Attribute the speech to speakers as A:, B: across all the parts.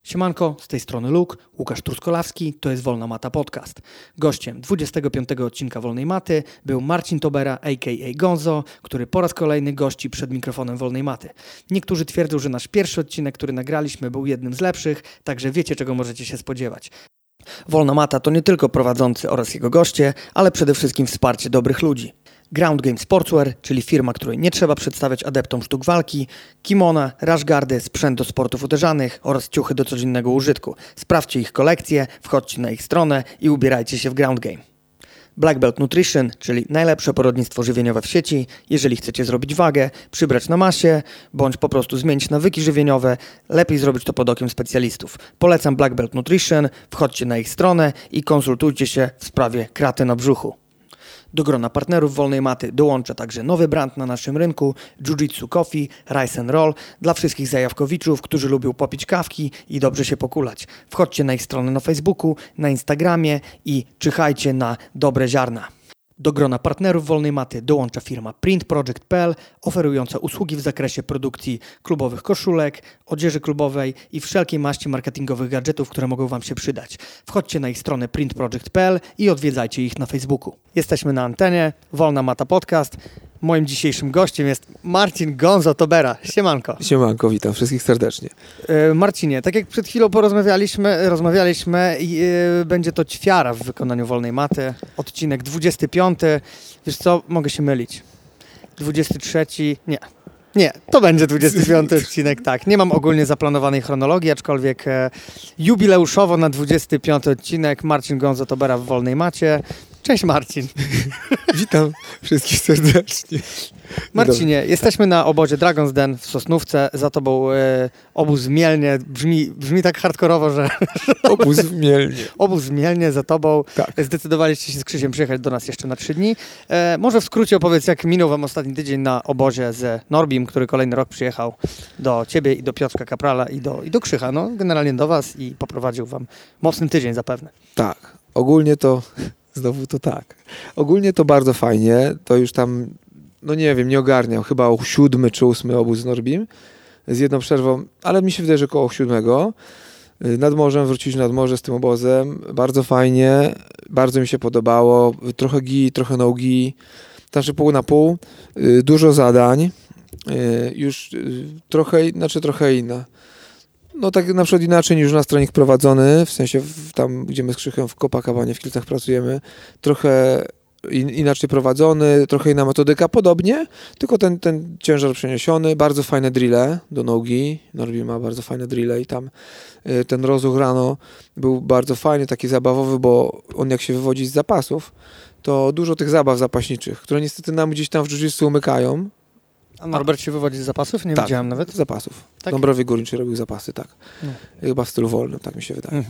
A: Siemanko, z tej strony Luke, Łukasz Truskolawski, to jest Wolna Mata Podcast. Gościem 25 odcinka Wolnej Maty był Marcin Tobera, a.k.a. Gonzo, który po raz kolejny gości przed mikrofonem Wolnej Maty. Niektórzy twierdzą, że nasz pierwszy odcinek, który nagraliśmy, był jednym z lepszych, także wiecie, czego możecie się spodziewać. Wolna Mata to nie tylko prowadzący oraz jego goście, ale przede wszystkim wsparcie dobrych ludzi. Ground Game Sportswear, czyli firma, której nie trzeba przedstawiać adeptom sztuk walki, kimona, rashguardy, sprzęt do sportów uderzanych oraz ciuchy do codziennego użytku. Sprawdźcie ich kolekcję, wchodźcie na ich stronę i ubierajcie się w Ground Game. Black Belt Nutrition, czyli najlepsze poradnictwo żywieniowe w sieci. Jeżeli chcecie zrobić wagę, przybrać na masie, bądź po prostu zmienić nawyki żywieniowe, lepiej zrobić to pod okiem specjalistów. Polecam Black Belt Nutrition, wchodźcie na ich stronę i konsultujcie się w sprawie kraty na brzuchu. Do grona partnerów Wolnej Maty dołącza także nowy brand na naszym rynku Jiu-Jitsu Coffee, Rice and Roll dla wszystkich zajawkowiczów, którzy lubią popić kawki i dobrze się pokulać. Wchodźcie na ich stronę na Facebooku, na Instagramie i czyhajcie na dobre ziarna. Do grona partnerów Wolnej Maty dołącza firma printproject.pl, oferująca usługi w zakresie produkcji klubowych koszulek, odzieży klubowej i wszelkiej maści marketingowych gadżetów, które mogą Wam się przydać. Wchodźcie na ich stronę printproject.pl i odwiedzajcie ich na Facebooku. Jesteśmy na antenie, Wolna Mata Podcast. Moim dzisiejszym gościem jest Marcin Gonzo Tobera. Siemanko.
B: Siemanko, witam wszystkich serdecznie.
A: Marcinie, tak jak przed chwilą rozmawialiśmy, będzie to ćwiara w wykonaniu Wolnej Maty. Odcinek 25. Wiesz co, mogę się mylić. 23. Nie, to będzie 25 odcinek, tak. Nie mam ogólnie zaplanowanej chronologii, aczkolwiek jubileuszowo na 25 odcinek Marcin Gonzo Tobera w Wolnej Macie. Cześć Marcin.
B: Witam wszystkich serdecznie.
A: Marcinie, jesteśmy na obozie Dragon's Den w Sosnówce. Za tobą obóz w Mielnie. Brzmi tak hardkorowo, że...
B: Obóz w Mielnie.
A: Obóz w Mielnie za tobą.
B: Tak.
A: Zdecydowaliście się z Krzysiem przyjechać do nas jeszcze na 3 dni. Może w skrócie opowiedz, jak minął wam ostatni tydzień na obozie z Norbim, który kolejny rok przyjechał do ciebie i do Piotrka Kaprala i do Krzycha. No, generalnie do was i poprowadził wam mocny tydzień zapewne.
B: Tak. Ogólnie to... Znowu to tak. Ogólnie to bardzo fajnie. To już tam, no nie wiem, nie ogarniam. Chyba o 7 czy 8 obóz z Norbim. Z jedną przerwą, ale mi się wydaje, że koło 7. Nad morzem, wróciliśmy nad morze z tym obozem. Bardzo fajnie. Bardzo mi się podobało. Trochę gi, trochę no gi. Znaczy pół na pół. Dużo zadań. Już trochę inna. No tak na przykład inaczej niż nasz trening prowadzony, w sensie tam, gdzie my z Krzychem w Copacabanie, w Kielcach pracujemy, trochę inaczej prowadzony, trochę inna metodyka, podobnie, tylko ten ciężar przeniesiony, bardzo fajne drille do nogi, Norbi ma bardzo fajne drille i tam ten rozruch rano był bardzo fajny, taki zabawowy, bo on jak się wywodzi z zapasów, to dużo tych zabaw zapaśniczych, które niestety nam gdzieś tam w jiu-jitsu umykają.
A: A Norbert się wywodzi z zapasów? Nie widziałem nawet.
B: Z zapasów.
A: Tak?
B: Dąbrowie Górniczy robił zapasy, tak. No. Chyba w stylu wolnym, tak mi się wydaje.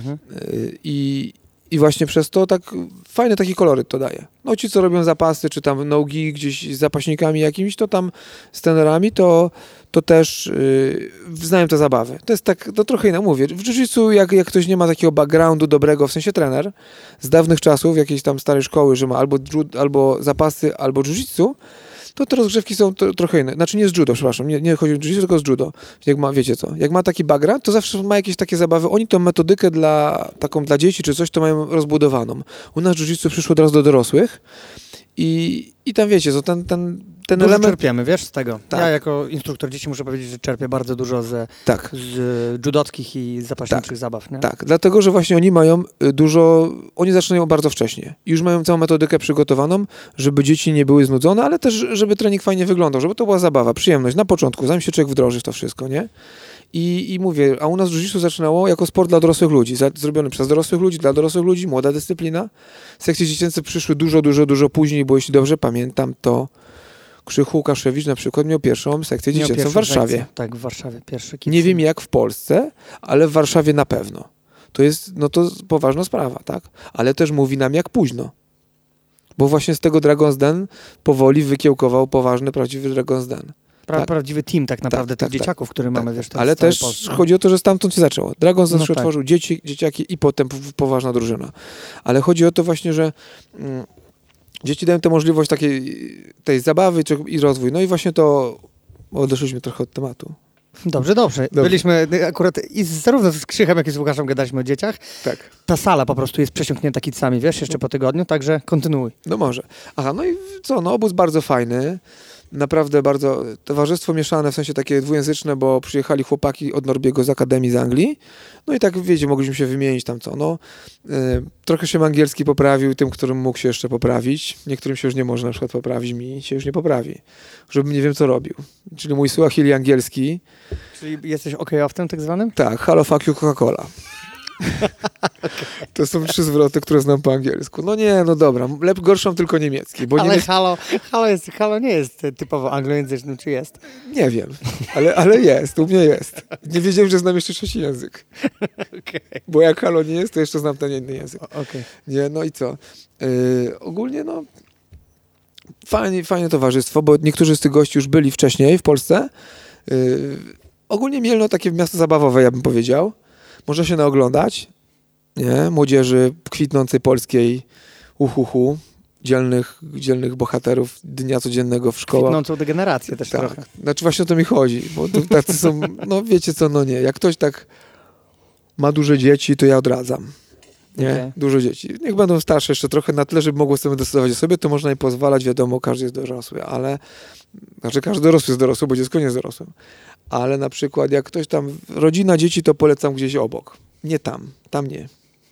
B: I właśnie przez to tak fajny taki koloryt to daje. No ci, co robią zapasy, czy tam nogi gdzieś z zapaśnikami jakimiś, to tam z trenerami, to też znają te zabawy. To jest tak, to trochę inne, mówię. W jiu-jitsu, jak ktoś nie ma takiego backgroundu dobrego, w sensie trener, z dawnych czasów, jakiejś tam starej szkoły, że ma albo zapasy, albo jiu-jitsu, to te rozgrzewki są trochę inne. Znaczy nie z judo, przepraszam, nie chodzi o jiu-jitsu, tylko z judo. Jak ma, wiecie co, jak ma taki background, to zawsze ma jakieś takie zabawy. Oni tą metodykę dla dzieci czy coś, to mają rozbudowaną. U nas jiu-jitsu przyszło od razu do dorosłych i tam wiecie co, ten
A: dużo
B: element...
A: czerpiemy, wiesz, z tego.
B: Tak.
A: Ja jako instruktor dzieci muszę powiedzieć, że czerpię bardzo dużo z judockich i zapaśniczych zabaw. Nie?
B: Tak, dlatego, że właśnie oni mają oni zaczynają bardzo wcześnie. Już mają całą metodykę przygotowaną, żeby dzieci nie były znudzone, ale też, żeby trening fajnie wyglądał, żeby to była zabawa, przyjemność na początku, zanim się człowiek wdroży w to wszystko, nie? I mówię, a u nas jiu-jitsu zaczynało jako sport dla dorosłych ludzi, zrobiony przez dorosłych ludzi, dla dorosłych ludzi, młoda dyscyplina. Sekcje dziecięce przyszły dużo później, bo jeśli dobrze pamiętam, to Krzychu Łukaszewicz na przykład miał pierwszą sekcję dziecięcą w Warszawie.
A: Sekcję. Tak, w Warszawie, pierwszy kids.
B: Nie wiem jak w Polsce, ale w Warszawie na pewno. To jest, to poważna sprawa, tak? Ale też mówi nam jak późno. Bo właśnie z tego Dragon's Den powoli wykiełkował poważny, prawdziwy Dragon's Den.
A: Prawdziwy team tak naprawdę tych dzieciaków, który mamy, wiesz,
B: ale też
A: Polsce.
B: chodzi o to, że stamtąd się zaczęło. Dragon's Den
A: tak.
B: otworzył dzieciaki i potem poważna drużyna. Ale chodzi o to właśnie, że dzieci dają tę możliwość tej zabawy i rozwój. No i właśnie to odeszliśmy trochę od tematu.
A: Dobrze. Byliśmy akurat zarówno z Krzychem, jak i z Łukaszem gadaliśmy o dzieciach.
B: Tak.
A: Ta sala po prostu jest przesiąknięta kicami, wiesz, jeszcze po tygodniu, także kontynuuj.
B: No może. Aha, no i co, no obóz bardzo fajny. Naprawdę bardzo towarzystwo mieszane, w sensie takie dwujęzyczne, bo przyjechali chłopaki od Norbiego z Akademii z Anglii. No i tak, wiecie, mogliśmy się wymienić tam co. No, trochę się angielski poprawił tym, którym mógł się jeszcze poprawić. Niektórym się już nie może na przykład poprawić, mi się już nie poprawi. Żebym nie wiem, co robił. Czyli mój Suahili angielski.
A: Czyli jesteś okejowcem tak zwanym?
B: Tak, hello, fuck you, Coca-Cola. To są 3 zwroty, które znam po angielsku. No nie, no dobra, gorszą tylko niemiecki. Bo
A: ale halo nie jest typowo anglojęzycznym, czy jest?
B: Nie wiem, ale jest, u mnie jest. Nie wiedziałem, że znam jeszcze 3 język.
A: Okay.
B: Bo jak halo nie jest, to jeszcze znam ten inny język.
A: Okay.
B: Nie, no i co? Ogólnie no fajne towarzystwo, bo niektórzy z tych gości już byli wcześniej w Polsce. Ogólnie Mielno takie miasto zabawowe, ja bym powiedział. Można się naoglądać, nie? Młodzieży kwitnącej polskiej, dzielnych bohaterów dnia codziennego w szkołach.
A: Kwitnącą degenerację też
B: tak.
A: trochę.
B: Znaczy właśnie o to mi chodzi, bo tacy są, no wiecie co, no nie. Jak ktoś tak ma duże dzieci, to ja odradzam. Nie? Okay. Dużo dzieci. Niech będą starsze jeszcze trochę na tyle, żeby mogły sobie decydować o sobie, to można im pozwalać, wiadomo, każdy jest dorosły, ale znaczy każdy dorosły jest dorosły, bo dziecko nie jest dorosłym. Ale na przykład jak ktoś tam, rodzina dzieci, to polecam gdzieś obok. Nie tam nie.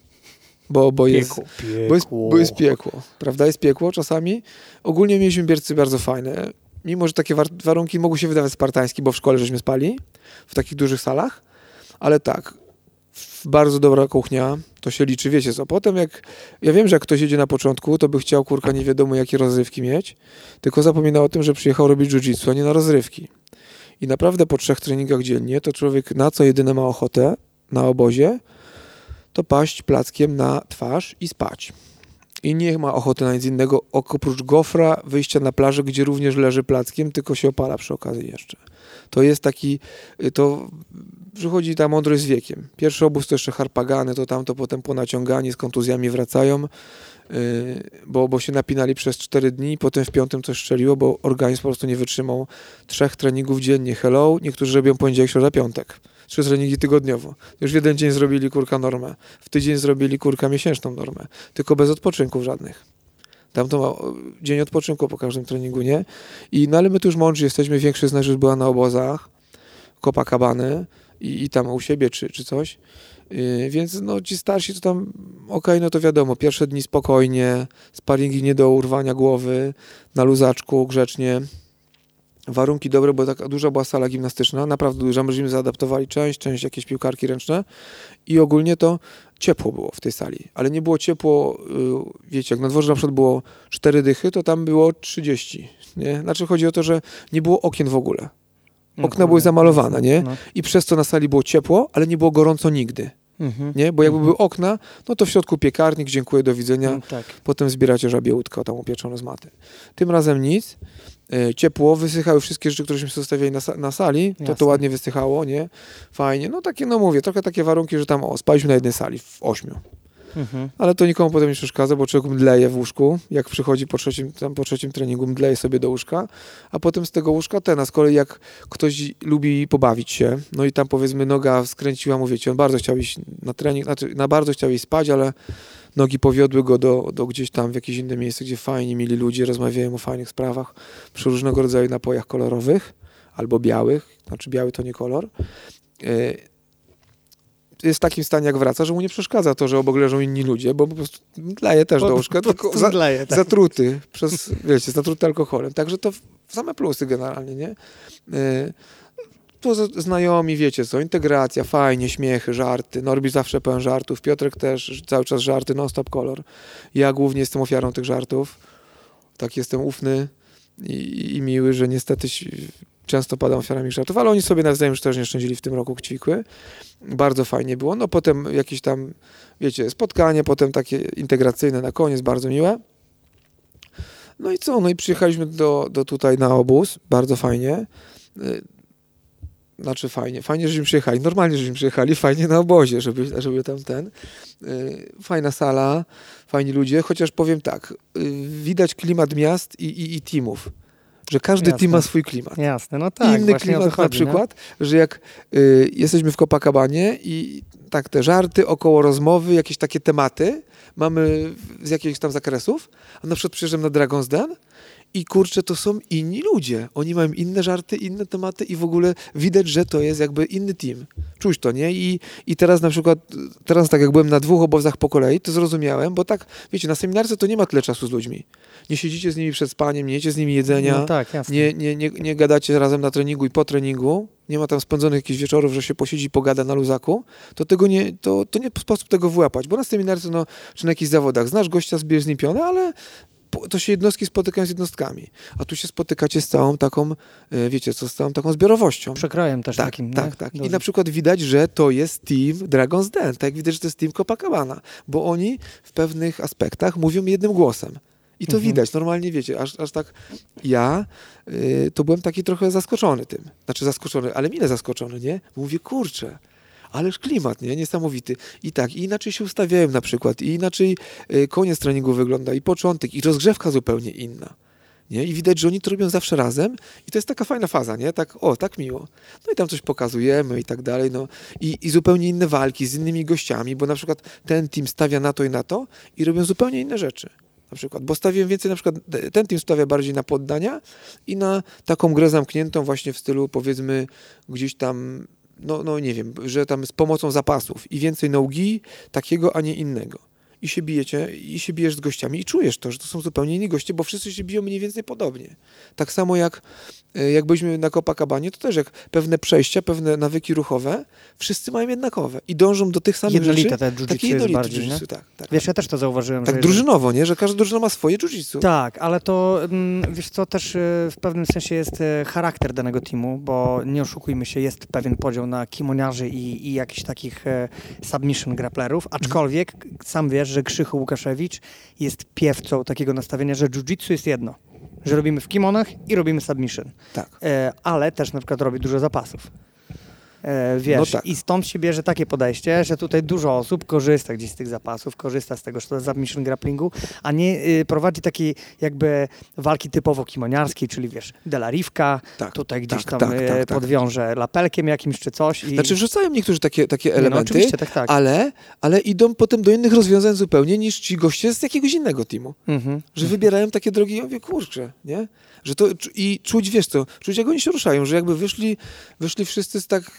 B: Bo jest piekło. Prawda? Jest piekło czasami. Ogólnie mieliśmy Biercy bardzo fajne. Mimo, że takie warunki mogły się wydawać spartańskie, bo w szkole żeśmy spali w takich dużych salach. Ale tak, bardzo dobra kuchnia, to się liczy, wiecie co. Potem ja wiem, że jak ktoś jedzie na początku, to by chciał, kurka, nie wiadomo jakie rozrywki mieć, tylko zapomina o tym, że przyjechał robić jiu-jitsu, a nie na rozrywki. I naprawdę po 3 treningach dziennie to człowiek na co jedyne ma ochotę na obozie, to paść plackiem na twarz i spać. I nie ma ochoty na nic innego, oprócz gofra, wyjścia na plażę, gdzie również leży plackiem, tylko się opala przy okazji jeszcze. To jest taki, to przychodzi ta mądrość z wiekiem. Pierwszy obóz to jeszcze harpagany, to tamto potem ponaciągani, z kontuzjami wracają, bo się napinali przez 4 dni, potem w 5 coś strzeliło, bo organizm po prostu nie wytrzymał 3 treningów dziennie. Hello, niektórzy robią poniedziałek, środa, piątek. 3 treningi tygodniowo. Już w jeden dzień zrobili, kurka, normę. W tydzień zrobili, kurka, miesięczną normę. Tylko bez odpoczynków żadnych. Tam to ma dzień odpoczynku po każdym treningu, nie? No ale my tu już mądrzy jesteśmy, większość z nas już była na obozach, Copacabany i tam u siebie czy coś. Więc no ci starsi to tam, okej, no to wiadomo, pierwsze dni spokojnie, sparingi nie do urwania głowy, na luzaczku, grzecznie. Warunki dobre, bo taka duża była sala gimnastyczna, naprawdę duża, myśmy zaadaptowali część jakieś piłkarki ręczne i ogólnie to ciepło było w tej sali, ale nie było ciepło, wiecie, jak na dworze na przykład było 4 dychy, to tam było 30, nie? Znaczy chodzi o to, że nie było okien w ogóle. Okna były zamalowane, nie? I przez to na sali było ciepło, ale nie było gorąco nigdy. Nie? Bo jakby były okna, no to w środku piekarnik, dziękuję, do widzenia. Tak. Potem zbieracie żabie łódko tam upieczone z maty. Tym razem nic. Ciepło, wysychały wszystkie rzeczy, któreśmy zostawiali na sali, to ładnie wysychało, nie? Fajnie. No takie, no mówię, trochę takie warunki, że tam spaliśmy na jednej sali w 8. Ale to nikomu potem nie przeszkadza, bo człowiek mdleje w łóżku, jak przychodzi po trzecim treningu, mdleje sobie do łóżka, a potem z tego łóżka a z kolei jak ktoś lubi pobawić się, no i tam powiedzmy noga skręciła, mówicie, on bardzo chciał iść na trening, znaczy bardzo chciał iść spać, ale nogi powiodły go do gdzieś tam w jakieś inne miejsce, gdzie fajni, mili ludzie rozmawiają o fajnych sprawach przy różnego rodzaju napojach kolorowych albo białych, znaczy biały to nie kolor. Jest w takim stanie, jak wraca, że mu nie przeszkadza to, że obok leżą inni ludzie, bo po prostu mdleje też do łóżka, tylko zatruty zatruty alkoholem. Także to same plusy generalnie, nie? To znajomi, wiecie co, integracja, fajnie, śmiechy, żarty. Norbi zawsze pełen żartów, Piotrek też, cały czas żarty, non-stop kolor. Ja głównie jestem ofiarą tych żartów. Tak jestem ufny i miły, że niestety często padam ofiarami żartów, ale oni sobie nawzajem już też nie szczędzili w tym roku kćwikły. Bardzo fajnie było. No potem jakieś tam, wiecie, spotkanie, potem takie integracyjne na koniec, bardzo miłe. No i co? No i przyjechaliśmy do tutaj na obóz, bardzo fajnie. Znaczy fajnie, żeśmy przyjechali, normalnie żeśmy przyjechali, fajnie na obozie, żeby tam fajna sala, fajni ludzie, chociaż powiem tak, widać klimat miast i teamów. że każdy team ma swój klimat.
A: Jasne, no tak.
B: Inny klimat na przykład, że jak jesteśmy w Copacabanie i tak te żarty około rozmowy, jakieś takie tematy mamy z jakichś tam zakresów, a na przykład przyjeżdżam na Dragon's Den i kurczę, to są inni ludzie. Oni mają inne żarty, inne tematy i w ogóle widać, że to jest jakby inny team. Czuć to, nie? I teraz na przykład, tak jak byłem na 2 obozach po kolei, to zrozumiałem, bo tak, wiecie, na seminarce to nie ma tyle czasu z ludźmi. Nie siedzicie z nimi przed spaniem, nie jecie z nimi jedzenia,
A: no tak, jasne.
B: Nie gadacie razem na treningu i po treningu, nie ma tam spędzonych jakichś wieczorów, że się posiedzi, pogada na luzaku, to nie sposób tego wyłapać, bo na seminarce, czy na jakichś zawodach, znasz gościa, zbierz z nim pionę, ale to się jednostki spotykają z jednostkami, a tu się spotykacie z całą taką, wiecie co, z całą taką zbiorowością.
A: Przekrojem też
B: tak,
A: takim.
B: Tak, tak. I na przykład widać, że to jest team Dragon's Den, tak jak widać, że to jest team Copacabana, bo oni w pewnych aspektach mówią jednym głosem. I to widać, normalnie wiecie, aż tak ja to byłem taki trochę zaskoczony tym. Znaczy zaskoczony, ale mile zaskoczony, nie? Mówię, kurczę, ależ klimat, nie? Niesamowity. I tak, i inaczej się ustawiałem na przykład, i inaczej koniec treningu wygląda, i początek, i rozgrzewka zupełnie inna. Nie? I widać, że oni to robią zawsze razem i to jest taka fajna faza, nie? Tak, tak miło. No i tam coś pokazujemy i tak dalej, no. I zupełnie inne walki z innymi gościami, bo na przykład ten team stawia na to i robią zupełnie inne rzeczy. Na przykład, bo stawiam więcej, na przykład ten team stawia bardziej na poddania i na taką grę zamkniętą właśnie w stylu, powiedzmy, gdzieś tam, no nie wiem, że tam z pomocą zapasów i więcej nogi takiego, a nie innego. I się bijesz z gościami i czujesz to, że to są zupełnie inni goście, bo wszyscy się biją mniej więcej podobnie. Tak samo jak byliśmy na Copacabanie, to też jak pewne przejścia, pewne nawyki ruchowe, wszyscy mają jednakowe i dążą do tych samych
A: jednolite
B: rzeczy.
A: Te jiu-jitsu
B: takie
A: jednolite
B: jiu-jitsu, tak.
A: Wiesz, ja też to zauważyłem.
B: Tak drużynowo, nie? Że każda drużyna ma swoje jiu-jitsu.
A: Tak, ale to, wiesz co, też w pewnym sensie jest charakter danego teamu, bo nie oszukujmy się, jest pewien podział na kimoniarzy i jakichś takich submission grapplerów, aczkolwiek sam wiesz, że Krzychu Łukaszewicz jest piewcą takiego nastawienia, że jiu-jitsu jest jedno, że robimy w kimonach i robimy submission.
B: Tak.
A: Ale też na przykład robi dużo zapasów. Wiesz,
B: no tak.
A: I stąd się bierze takie podejście, że tutaj dużo osób korzysta gdzieś z tych zapasów, korzysta z tego, że to jest submission grapplingu, a nie prowadzi takiej jakby walki typowo kimoniarskiej, czyli wiesz, delarivka, tutaj gdzieś tam podwiąże lapelkiem jakimś czy coś.
B: Znaczy wrzucają niektórzy takie elementy,
A: no, oczywiście, tak.
B: ale idą potem do innych rozwiązań zupełnie niż ci goście z jakiegoś innego teamu. Że wybierają takie drogi, ja mówię, kurczę, nie? Że to i czuć, wiesz co, czuć jak oni się ruszają, że jakby wyszli wszyscy z tak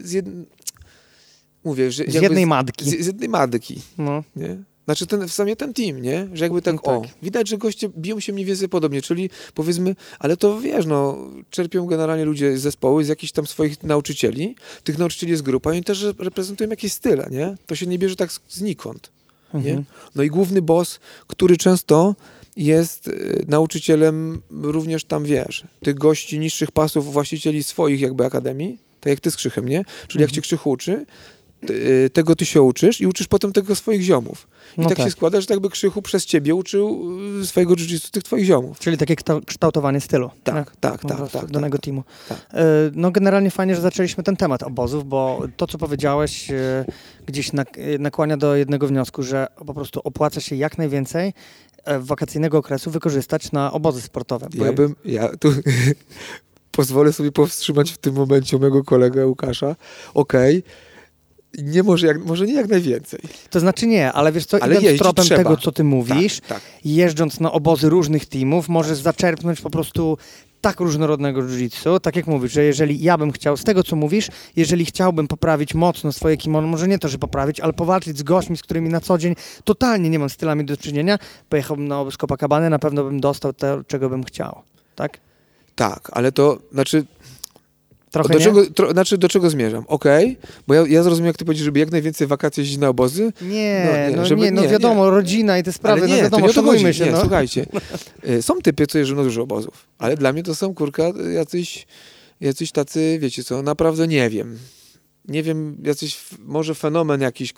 B: mówię, że
A: z jednej madki.
B: Z jednej madki, nie? Znaczy w sumie ten team, nie? Że jakby tak, widać, że goście biją się mniej więcej podobnie, czyli powiedzmy, ale to wiesz, czerpią generalnie ludzie z zespołu, z jakichś tam swoich nauczycieli, tych nauczycieli jest grupa i oni też reprezentują jakieś style, nie? To się nie bierze tak znikąd, nie? No i główny boss, który często jest nauczycielem również tam, wiesz, tych gości niższych pasów, właścicieli swoich jakby akademii, tak jak ty z Krzychem, nie? Czyli jak cię Krzychu uczy, tego ty się uczysz i uczysz potem tego swoich ziomów. I tak się składa, że tak by Krzychu przez ciebie uczył swojego jiu-jitsu tych twoich ziomów.
A: Czyli takie kształtowanie stylu.
B: Tak.
A: Danego teamu.
B: Tak.
A: No generalnie fajnie, że zaczęliśmy ten temat obozów, bo to, co powiedziałeś, gdzieś nakłania do jednego wniosku, że po prostu opłaca się jak najwięcej wakacyjnego okresu wykorzystać na obozy sportowe.
B: Ja tu pozwolę sobie powstrzymać w tym momencie mojego kolegę Łukasza. Nie może nie jak najwięcej.
A: To znaczy nie, ale wiesz co, idąc tropem tego, co ty mówisz, jeżdżąc na obozy różnych teamów, możesz zaczerpnąć po prostu tak różnorodnego jiu-jitsu, tak jak mówisz, że jeżeli ja bym chciał, z tego co mówisz, jeżeli chciałbym poprawić mocno swoje kimono, może nie to, że poprawić, ale powalczyć z gośćmi, z którymi na co dzień totalnie nie mam stylami do czynienia, pojechałbym na obóz Copacabany, na pewno bym dostał to, czego bym chciał, tak?
B: Tak, ale to, znaczy...
A: Trochę
B: do czego zmierzam? Bo ja zrozumiem, jak ty powiedziesz, żeby jak najwięcej wakacji jeździć na obozy.
A: Wiadomo, rodzina i te sprawy,
B: ale
A: wiadomo, szanujmy się.
B: Słuchajcie, są typy, co jeżdżą na dużo obozów, ale dla mnie to są, jacyś tacy, wiecie co, naprawdę nie wiem, może fenomen jakiś,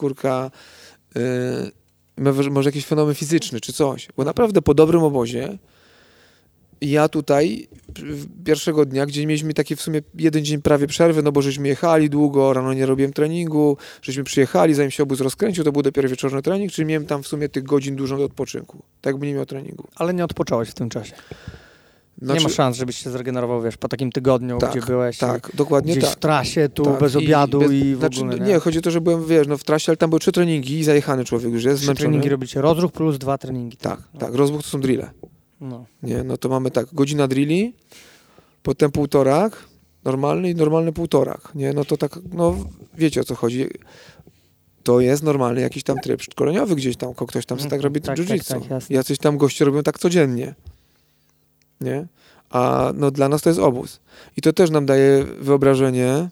B: może jakiś fenomen fizyczny, czy coś, bo naprawdę po dobrym obozie ja tutaj pierwszego dnia, gdzie mieliśmy taki w sumie jeden dzień prawie przerwy, bo żeśmy jechali długo, rano nie robiłem treningu, żeśmy przyjechali, zanim się obóz rozkręcił, to był dopiero wieczorny trening, czyli miałem tam w sumie tych godzin dużo do odpoczynku, tak jakby nie miał treningu.
A: Ale nie odpocząłeś w tym czasie? Nie ma szans, żebyś się zregenerował, wiesz, po takim tygodniu,
B: tak,
A: gdzie byłeś
B: dokładnie
A: gdzieś w trasie, tu
B: tak.
A: bez obiadu i w ogóle.
B: Nie, chodzi o to, że byłem, wiesz, w trasie, ale tam były 3 treningi i zajechany człowiek już jest,
A: 3
B: zmęczony.
A: treningi robicie, rozruch plus 2 treningi.
B: Tak, rozruch to są drille.
A: No.
B: Nie, no to mamy tak, godzina drilli, potem półtorak, normalny i normalny półtorak, nie, no to tak, no wiecie o co chodzi. To jest normalny jakiś tam tryb szkoleniowy gdzieś tam, ktoś tam tak robi jiu-jitsu.
A: Tak,
B: Jacyś tam goście robią tak codziennie, nie? A no dla nas to jest obóz. I to też nam daje wyobrażenie,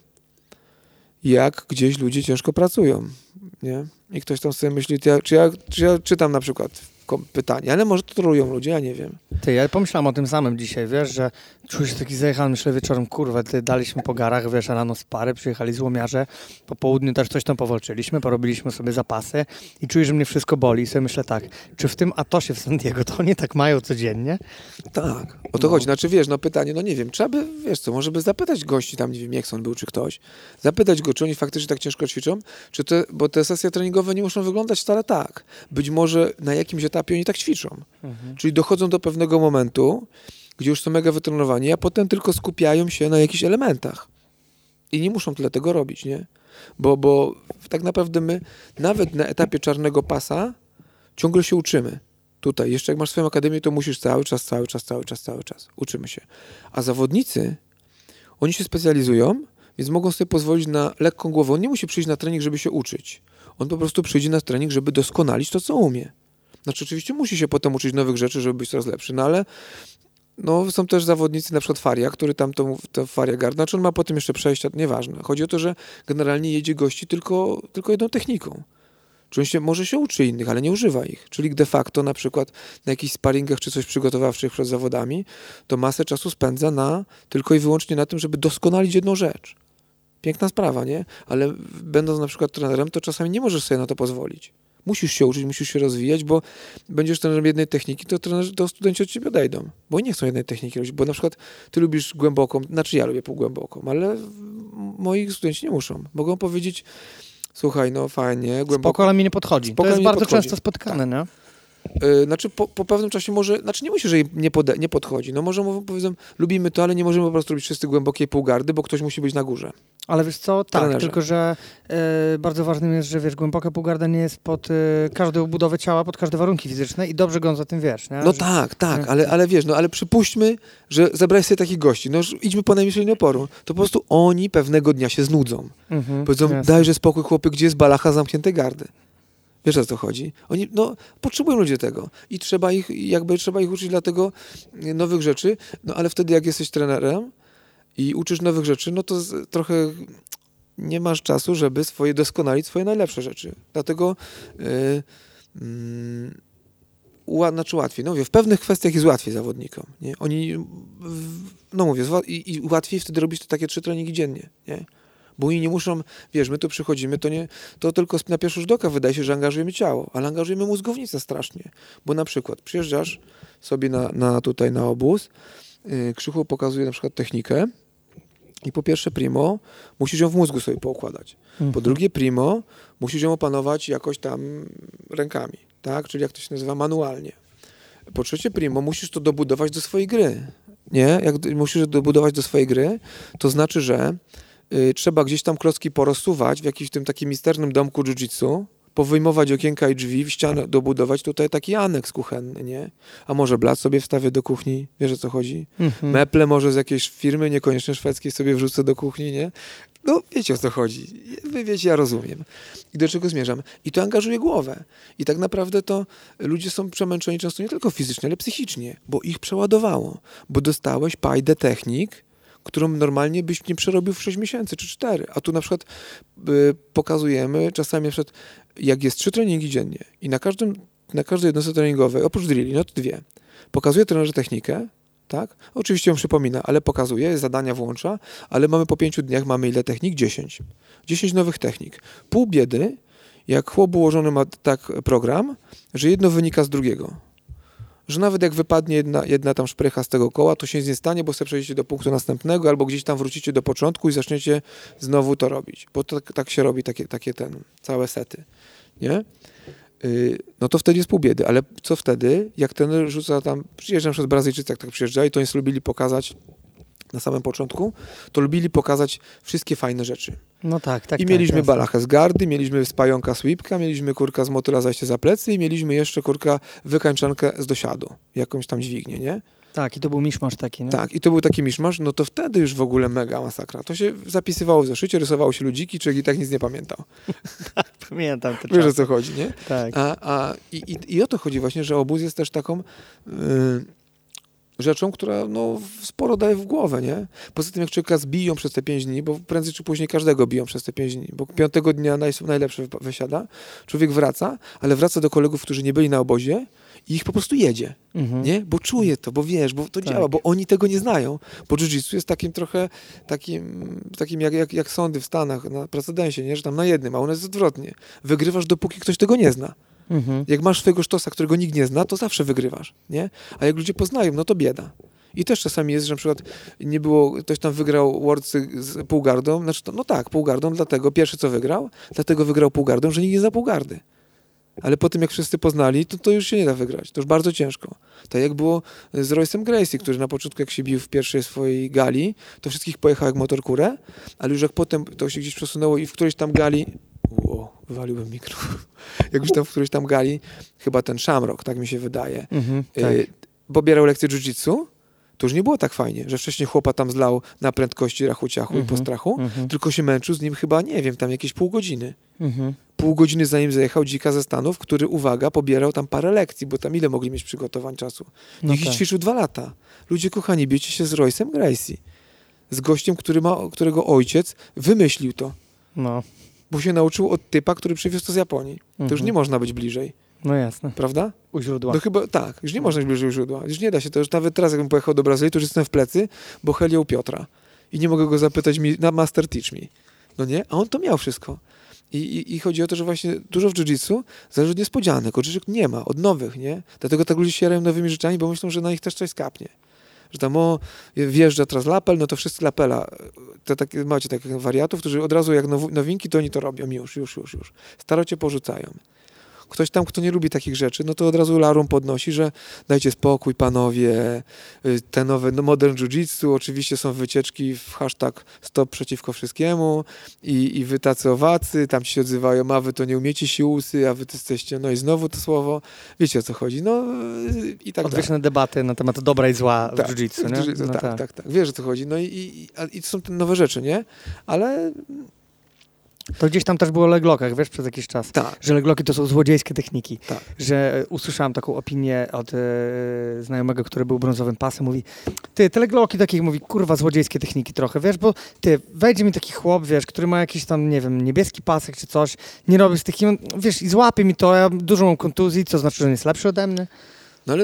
B: jak gdzieś ludzie ciężko pracują, nie? I ktoś tam sobie myśli, czy ja czytam na przykład pytanie, ale może to trolują ludzie, ja nie wiem.
A: Ja pomyślałem o tym samym dzisiaj, wiesz, że czuję się taki zajechany, myślę wieczorem, kurwa, daliśmy po garach, wiesz, rano spary, przyjechali złomiarze, po południu też coś tam powalczyliśmy, porobiliśmy sobie zapasy i czuję, że mnie wszystko boli i sobie myślę tak, czy w tym Atosie w San Diego to oni tak mają codziennie?
B: Tak, o to chodzi, znaczy wiesz, no pytanie, no nie wiem, trzeba by, wiesz co, może by zapytać gości tam, nie wiem, Miekson był czy ktoś, zapytać go, czy oni faktycznie tak ciężko ćwiczą, bo te sesje treningowe nie muszą wyglądać wcale tak. Być może na jakimś etapie oni tak ćwiczą. Czyli dochodzą do pewnego momentu, gdzie już są mega wytrenowani, a potem tylko skupiają się na jakichś elementach. I nie muszą tyle tego robić, nie? Bo tak naprawdę my nawet na etapie czarnego pasa ciągle się uczymy. Tutaj, jeszcze jak masz swoją akademię, to musisz cały czas. Uczymy się. A zawodnicy, oni się specjalizują, więc mogą sobie pozwolić na lekką głowę. On nie musi przyjść na trening, żeby się uczyć. On po prostu przyjdzie na trening, żeby doskonalić to, co umie. Znaczy oczywiście musi się potem uczyć nowych rzeczy, żeby być coraz lepszy, no ale no, są też zawodnicy, na przykład Faria, który tam to Faria Guard, znaczy on ma potem jeszcze przejścia, nieważne. Chodzi o to, że generalnie jedzie gości tylko jedną techniką. Czyli może się uczy innych, ale nie używa ich. Czyli de facto na przykład na jakichś sparingach czy coś przygotowawczych przed zawodami, to masę czasu spędza tylko i wyłącznie na tym, żeby doskonalić jedną rzecz. Piękna sprawa, nie? Ale będąc na przykład trenerem, to czasami nie możesz sobie na to pozwolić. Musisz się uczyć, musisz się rozwijać, bo będziesz trenerem jednej techniki, to studenci od ciebie odejdą. Bo oni nie chcą jednej techniki robić, bo na przykład ty lubisz głęboką, znaczy ja lubię półgłęboką, ale moi studenci nie muszą. Mogą powiedzieć, słuchaj, no fajnie, głęboko.
A: Spoko, ale mi nie podchodzi. To jest bardzo często spotkane, nie?
B: Znaczy po pewnym czasie może, znaczy nie musi, że jej nie podchodzi. No może mówią, powiedzą, lubimy to, ale nie możemy po prostu robić wszyscy głębokiej półgardy, bo ktoś musi być na górze.
A: Ale wiesz co, tak,
B: trenerze.
A: tylko że bardzo ważnym jest, że wiesz, głęboka półgarda nie jest pod każdą budowę ciała, pod każde warunki fizyczne i dobrze go za tym wiesz, nie?
B: No
A: że,
B: tak, ale wiesz, no ale przypuśćmy, że zebrałeś sobie takich gości, no idźmy po najmniejszej linii oporu, to po prostu oni pewnego dnia się znudzą. Powiedzą, dajże spokój chłopy, gdzie jest balacha zamkniętej gardy. Wiesz, o co chodzi? Oni, no, potrzebują ludzie tego i trzeba ich uczyć dlatego nowych rzeczy, no ale wtedy jak jesteś trenerem i uczysz nowych rzeczy, no to trochę nie masz czasu, żeby doskonalić swoje najlepsze rzeczy. Dlatego znaczy łatwiej. No mówię, w pewnych kwestiach jest łatwiej zawodnikom. Nie? Oni, no mówię, i łatwiej wtedy robić to takie 3 treningi dziennie, nie? Bo oni nie muszą, wiesz, my tu przychodzimy, to tylko na pierwszy rzut oka wydaje się, że angażujemy ciało, ale angażujemy mózgownicę strasznie. Bo na przykład przyjeżdżasz sobie tutaj na obóz, Krzychu pokazuje na przykład technikę i po pierwsze primo musisz ją w mózgu sobie poukładać. Po drugie primo musisz ją opanować jakoś tam rękami, tak? Czyli jak to się nazywa, manualnie. Po trzecie primo musisz to dobudować do swojej gry. Nie? Jak musisz dobudować do swojej gry, to znaczy, że trzeba gdzieś tam klocki porozsuwać w jakimś tym takim misternym domku jiu-jitsu, powyjmować okienka i drzwi, w ścianę dobudować tutaj taki aneks kuchenny, nie? A może blat sobie wstawię do kuchni, wiesz o co chodzi? Meple może z jakiejś firmy, niekoniecznie szwedzkiej, sobie wrzucę do kuchni, nie? No wiecie o co chodzi. Wy wiecie, ja rozumiem. I do czego zmierzam? I to angażuje głowę. I tak naprawdę to ludzie są przemęczeni często nie tylko fizycznie, ale psychicznie, bo ich przeładowało. Bo dostałeś pajdę technik, którą normalnie byś nie przerobił w 6 miesięcy czy 4. A tu na przykład pokazujemy czasami na przykład, jak jest 3 treningi dziennie i na każdej jednostce treningowej, oprócz drilli, no to 2, pokazuje trenerze technikę, tak? Oczywiście ją przypomina, ale pokazuje, zadania włącza, ale mamy po 5 dniach, mamy ile technik? 10. 10 nowych technik. Pół biedy, jak chłop ułożony ma tak program, że jedno wynika z drugiego. Że nawet jak wypadnie jedna tam szprycha z tego koła, to się nic nie stanie, bo sobie przejdziecie do punktu następnego, albo gdzieś tam wrócicie do początku i zaczniecie znowu to robić. Bo tak się robi takie całe sety. Nie? no to wtedy jest pół biedy. Ale co wtedy, jak ten rzuca tam, przyjeżdżam przez Brazylijczycy, jak tak przyjeżdżali, to oni lubili pokazać na samym początku, to lubili pokazać wszystkie fajne rzeczy.
A: No tak.
B: I mieliśmy balachę z gardy, mieliśmy z pająka sweepka, mieliśmy kurka z motyla zajście za plecy i mieliśmy jeszcze kurka wykańczankę z dosiadu. Jakąś tam dźwignię, nie?
A: Tak, i to był miszmasz taki, nie?
B: Tak, i to był taki miszmasz, no to wtedy już w ogóle mega masakra. To się zapisywało w zeszycie, rysowało się ludziki, człowiek i tak nic nie pamiętał.
A: Pamiętam te
B: Wiesz, o co chodzi, nie?
A: Tak.
B: I o to chodzi właśnie, że obóz jest też taką rzeczą, która no, sporo daje w głowę, nie? Poza tym jak człowieka zbiją przez te 5 dni, bo prędzej czy później każdego biją przez te 5 dni, bo 5 dnia najlepsze wysiada, człowiek wraca, ale wraca do kolegów, którzy nie byli na obozie i ich po prostu jedzie, nie? Bo czuje to, bo wiesz, bo to działa, bo oni tego nie znają, bo jiu-jitsu jest takim trochę, takim jak sądy w Stanach, na precedensie, nie? Że tam na jednym, a u nas jest odwrotnie. Wygrywasz, dopóki ktoś tego nie zna. Jak masz swojego sztosa, którego nikt nie zna, to zawsze wygrywasz, nie? A jak ludzie poznają, no to bieda. I też czasami jest, że na przykład nie było, ktoś tam wygrał Worldsy z półgardą, znaczy to, no tak, półgardą, dlatego pierwszy co wygrał, dlatego wygrał półgardą, że nikt nie zna półgardy. Ale po tym, jak wszyscy poznali, to już się nie da wygrać. To już bardzo ciężko. Tak jak było z Royce'em Gracie, który na początku, jak się bił w pierwszej swojej gali, to wszystkich pojechał jak motorkurę, ale już jak potem to się gdzieś przesunęło i w którejś tam gali... wywaliłem mikro. Jak już tam w którejś tam gali, chyba ten Shamrock, tak mi się wydaje,
A: tak.
B: pobierał lekcję jiu-jitsu, to już nie było tak fajnie, że wcześniej chłopa tam zlał na prędkości rachu-ciachu i po strachu, tylko się męczył z nim chyba, nie wiem, tam jakieś pół godziny. Pół godziny zanim zajechał dzika ze Stanów, który, uwaga, pobierał tam parę lekcji, bo tam ile mogli mieć przygotowań czasu? Nikt ćwiczył 2 lata. Ludzie kochani, biecie się z Royce'em Gracie. Z gościem, którego ojciec wymyślił to.
A: No.
B: Bo się nauczył od typa, który przywiózł to z Japonii. To już nie można być bliżej.
A: No jasne.
B: Prawda?
A: U źródła.
B: No chyba tak, już nie można być bliżej u źródła. Już nie da się to. Już nawet teraz, jakbym pojechał do Brazylii, to już jestem w plecy, bo Helio u Piotra. I nie mogę go zapytać na Master Teach Me. No nie? A on to miał wszystko. I chodzi o to, że właśnie dużo w jiu-jitsu zależy od niespodzianek. Od rzeczy nie ma, od nowych, nie? Dlatego tak ludzie się jarają nowymi rzeczami, bo myślą, że na nich też coś skapnie. Że tam wjeżdża teraz lapel, no to wszyscy lapela. Macie takich wariatów, którzy od razu jak nowinki, to oni to robią. Już. Starocie porzucają. Ktoś tam, kto nie lubi takich rzeczy, no to od razu larum podnosi, że dajcie spokój, panowie, te nowe modern jiu-jitsu, oczywiście są wycieczki w hashtag stop przeciwko wszystkiemu i wy tacy owacy, tam ci się odzywają, a wy to nie umiecie siłusy, a wy to jesteście, no i znowu to słowo, wiecie o co chodzi, no i tak dalej.
A: Odwieczne debaty na temat dobra i zła w jiu-jitsu, nie?
B: No tak. Wiesz o co chodzi, no i to są te nowe rzeczy, nie? Ale...
A: To gdzieś tam też było o leglockach, wiesz, przez jakiś czas.
B: Tak.
A: Że leglocki to są złodziejskie techniki.
B: Tak.
A: Że usłyszałem taką opinię od znajomego, który był brązowym pasem. Mówi, te leglocki takich, mówi, kurwa, złodziejskie techniki trochę, wiesz, bo wejdzie mi taki chłop, wiesz, który ma jakiś tam, nie wiem, niebieski pasek czy coś, nie robi z takim, wiesz, i złapie mi to, ja dużo mam kontuzji, co znaczy, że on jest lepszy ode mnie.
B: No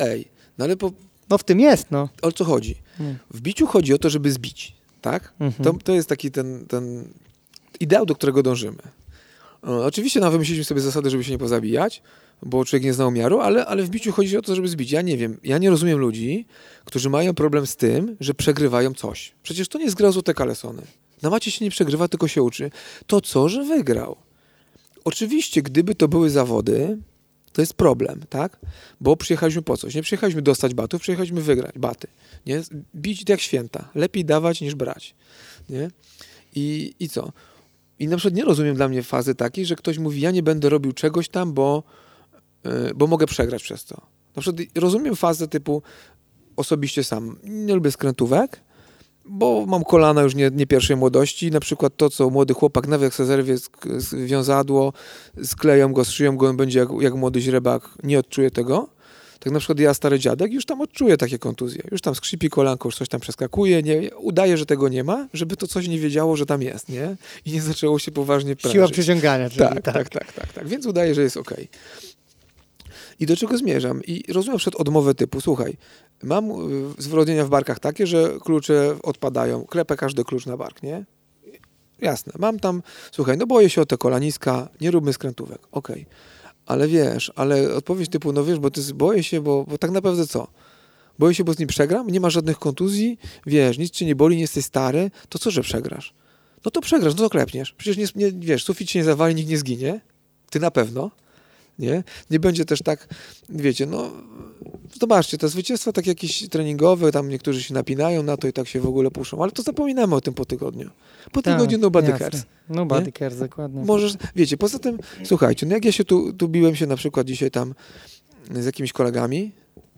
A: w tym jest, no.
B: O co chodzi? W biciu chodzi o to, żeby zbić, tak? To jest taki ten ideał, do którego dążymy. Oczywiście wymyśliliśmy sobie zasady, żeby się nie pozabijać, bo człowiek nie zna umiaru, ale w biciu chodzi o to, żeby zbić. Ja nie wiem, ja nie rozumiem ludzi, którzy mają problem z tym, że przegrywają coś. Przecież to nie jest gra o złote kalesony. Na macie się nie przegrywa, tylko się uczy. To co, że wygrał? Oczywiście, gdyby to były zawody, to jest problem, tak? Bo przyjechaliśmy po coś. Nie przyjechaliśmy dostać batów, przyjechaliśmy wygrać baty. Nie? Bić jak święta. Lepiej dawać niż brać. Nie? I co? I na przykład nie rozumiem dla mnie fazy takiej, że ktoś mówi, ja nie będę robił czegoś tam, bo mogę przegrać przez to. Na przykład rozumiem fazę typu osobiście sam. Nie lubię skrętówek, bo mam kolana już nie pierwszej młodości. Na przykład to, co młody chłopak, nawet jak sobie zerwie wiązadło, skleją go, zszyją go, on będzie jak młody źrebak, nie odczuje tego. Tak na przykład ja, stary dziadek, już tam odczuję takie kontuzje. Już tam skrzypi kolanko, już coś tam przeskakuje, udaje, że tego nie ma, żeby to coś nie wiedziało, że tam jest, nie? I nie zaczęło się poważnie prężyć.
A: Siła przyciągania.
B: Tak. Więc udaje, że jest okej. I do czego zmierzam? I rozumiem przed odmowę typu, słuchaj, mam zwrodnienia w barkach takie, że klucze odpadają, klepę każdy klucz na bark, nie? Jasne, mam tam, słuchaj, no boję się o te kolaniska, nie róbmy skrętówek, okej. Ale wiesz, odpowiedź typu, no wiesz, bo boję się, bo tak naprawdę co? Boję się, bo z nim przegram? Nie ma żadnych kontuzji? Wiesz, nic cię nie boli, nie jesteś stary? To co, że przegrasz? No to przegrasz, no to klepniesz. Przecież nie wiesz, sufit się nie zawali, nikt nie zginie. Ty na pewno. Nie będzie też tak, wiecie, no zobaczcie, te zwycięstwa takie jakieś treningowe, tam niektórzy się napinają na to i tak się w ogóle puszczą, ale to zapominamy o tym po tygodniu. Po tygodniu nobody cares.
A: Nobody cares, dokładnie.
B: Możesz, wiecie, poza tym, słuchajcie, no jak ja się tu biłem się na przykład dzisiaj tam z jakimiś kolegami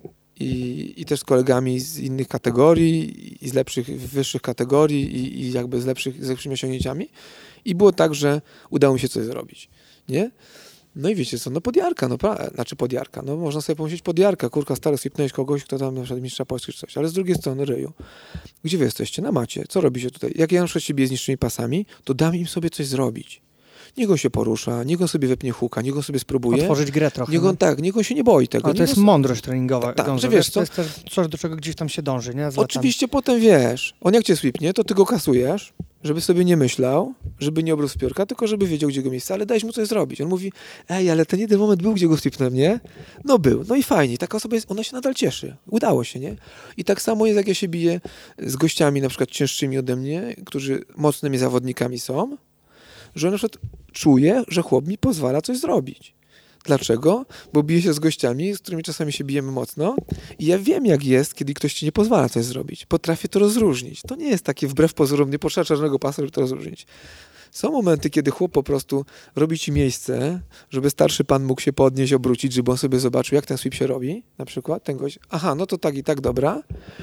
B: i też z kolegami z innych kategorii i z lepszych, wyższych kategorii i jakby z lepszymi osiągnięciami i było tak, że udało mi się coś zrobić, nie? No i wiecie co, no podjarka, podjarka, no można sobie pomyśleć podjarka, kurka stary, sypnąłeś kogoś, kto tam na przykład mistrza Polski czy coś, ale z drugiej strony ryju, gdzie wy jesteście? Na macie, co robicie tutaj? Jak ja na przykład się biję z niższymi pasami, to dam im sobie coś zrobić. Niech on się porusza, niech on sobie wepnie huka, niech on sobie spróbuje.
A: Otworzyć grę trochę.
B: Niech on się nie boi tego.
A: Ale to jest mądrość treningowa.
B: Tak, że wiesz co?
A: To jest też coś, do czego gdzieś tam się dąży, nie?
B: Oczywiście potem wiesz, on jak cię sweepnie, to ty go kasujesz, żeby sobie nie myślał, żeby nie obrósł w piórka, tylko żeby wiedział, gdzie go miejsce, ale dajesz mu coś zrobić. On mówi, ale ten jeden moment był, gdzie go sweepnąłem, nie? No był, no i fajnie. Taka osoba jest, ona się nadal cieszy. Udało się, nie? I tak samo jest, jak ja się biję z gościami, na przykład cięższymi ode mnie, którzy mocnymi zawodnikami są, że na przykład czuję, że chłop mi pozwala coś zrobić. Dlaczego? Bo biję się z gościami, z którymi czasami się bijemy mocno i ja wiem, jak jest, kiedy ktoś ci nie pozwala coś zrobić. Potrafię to rozróżnić. To nie jest takie wbrew pozorom, nie potrzeba czarnego pasa, żeby to rozróżnić. Są momenty, kiedy chłop po prostu robi ci miejsce, żeby starszy pan mógł się podnieść, obrócić, żeby on sobie zobaczył, jak ten sweep się robi, na przykład. Ten gość, no to tak i tak, dobra.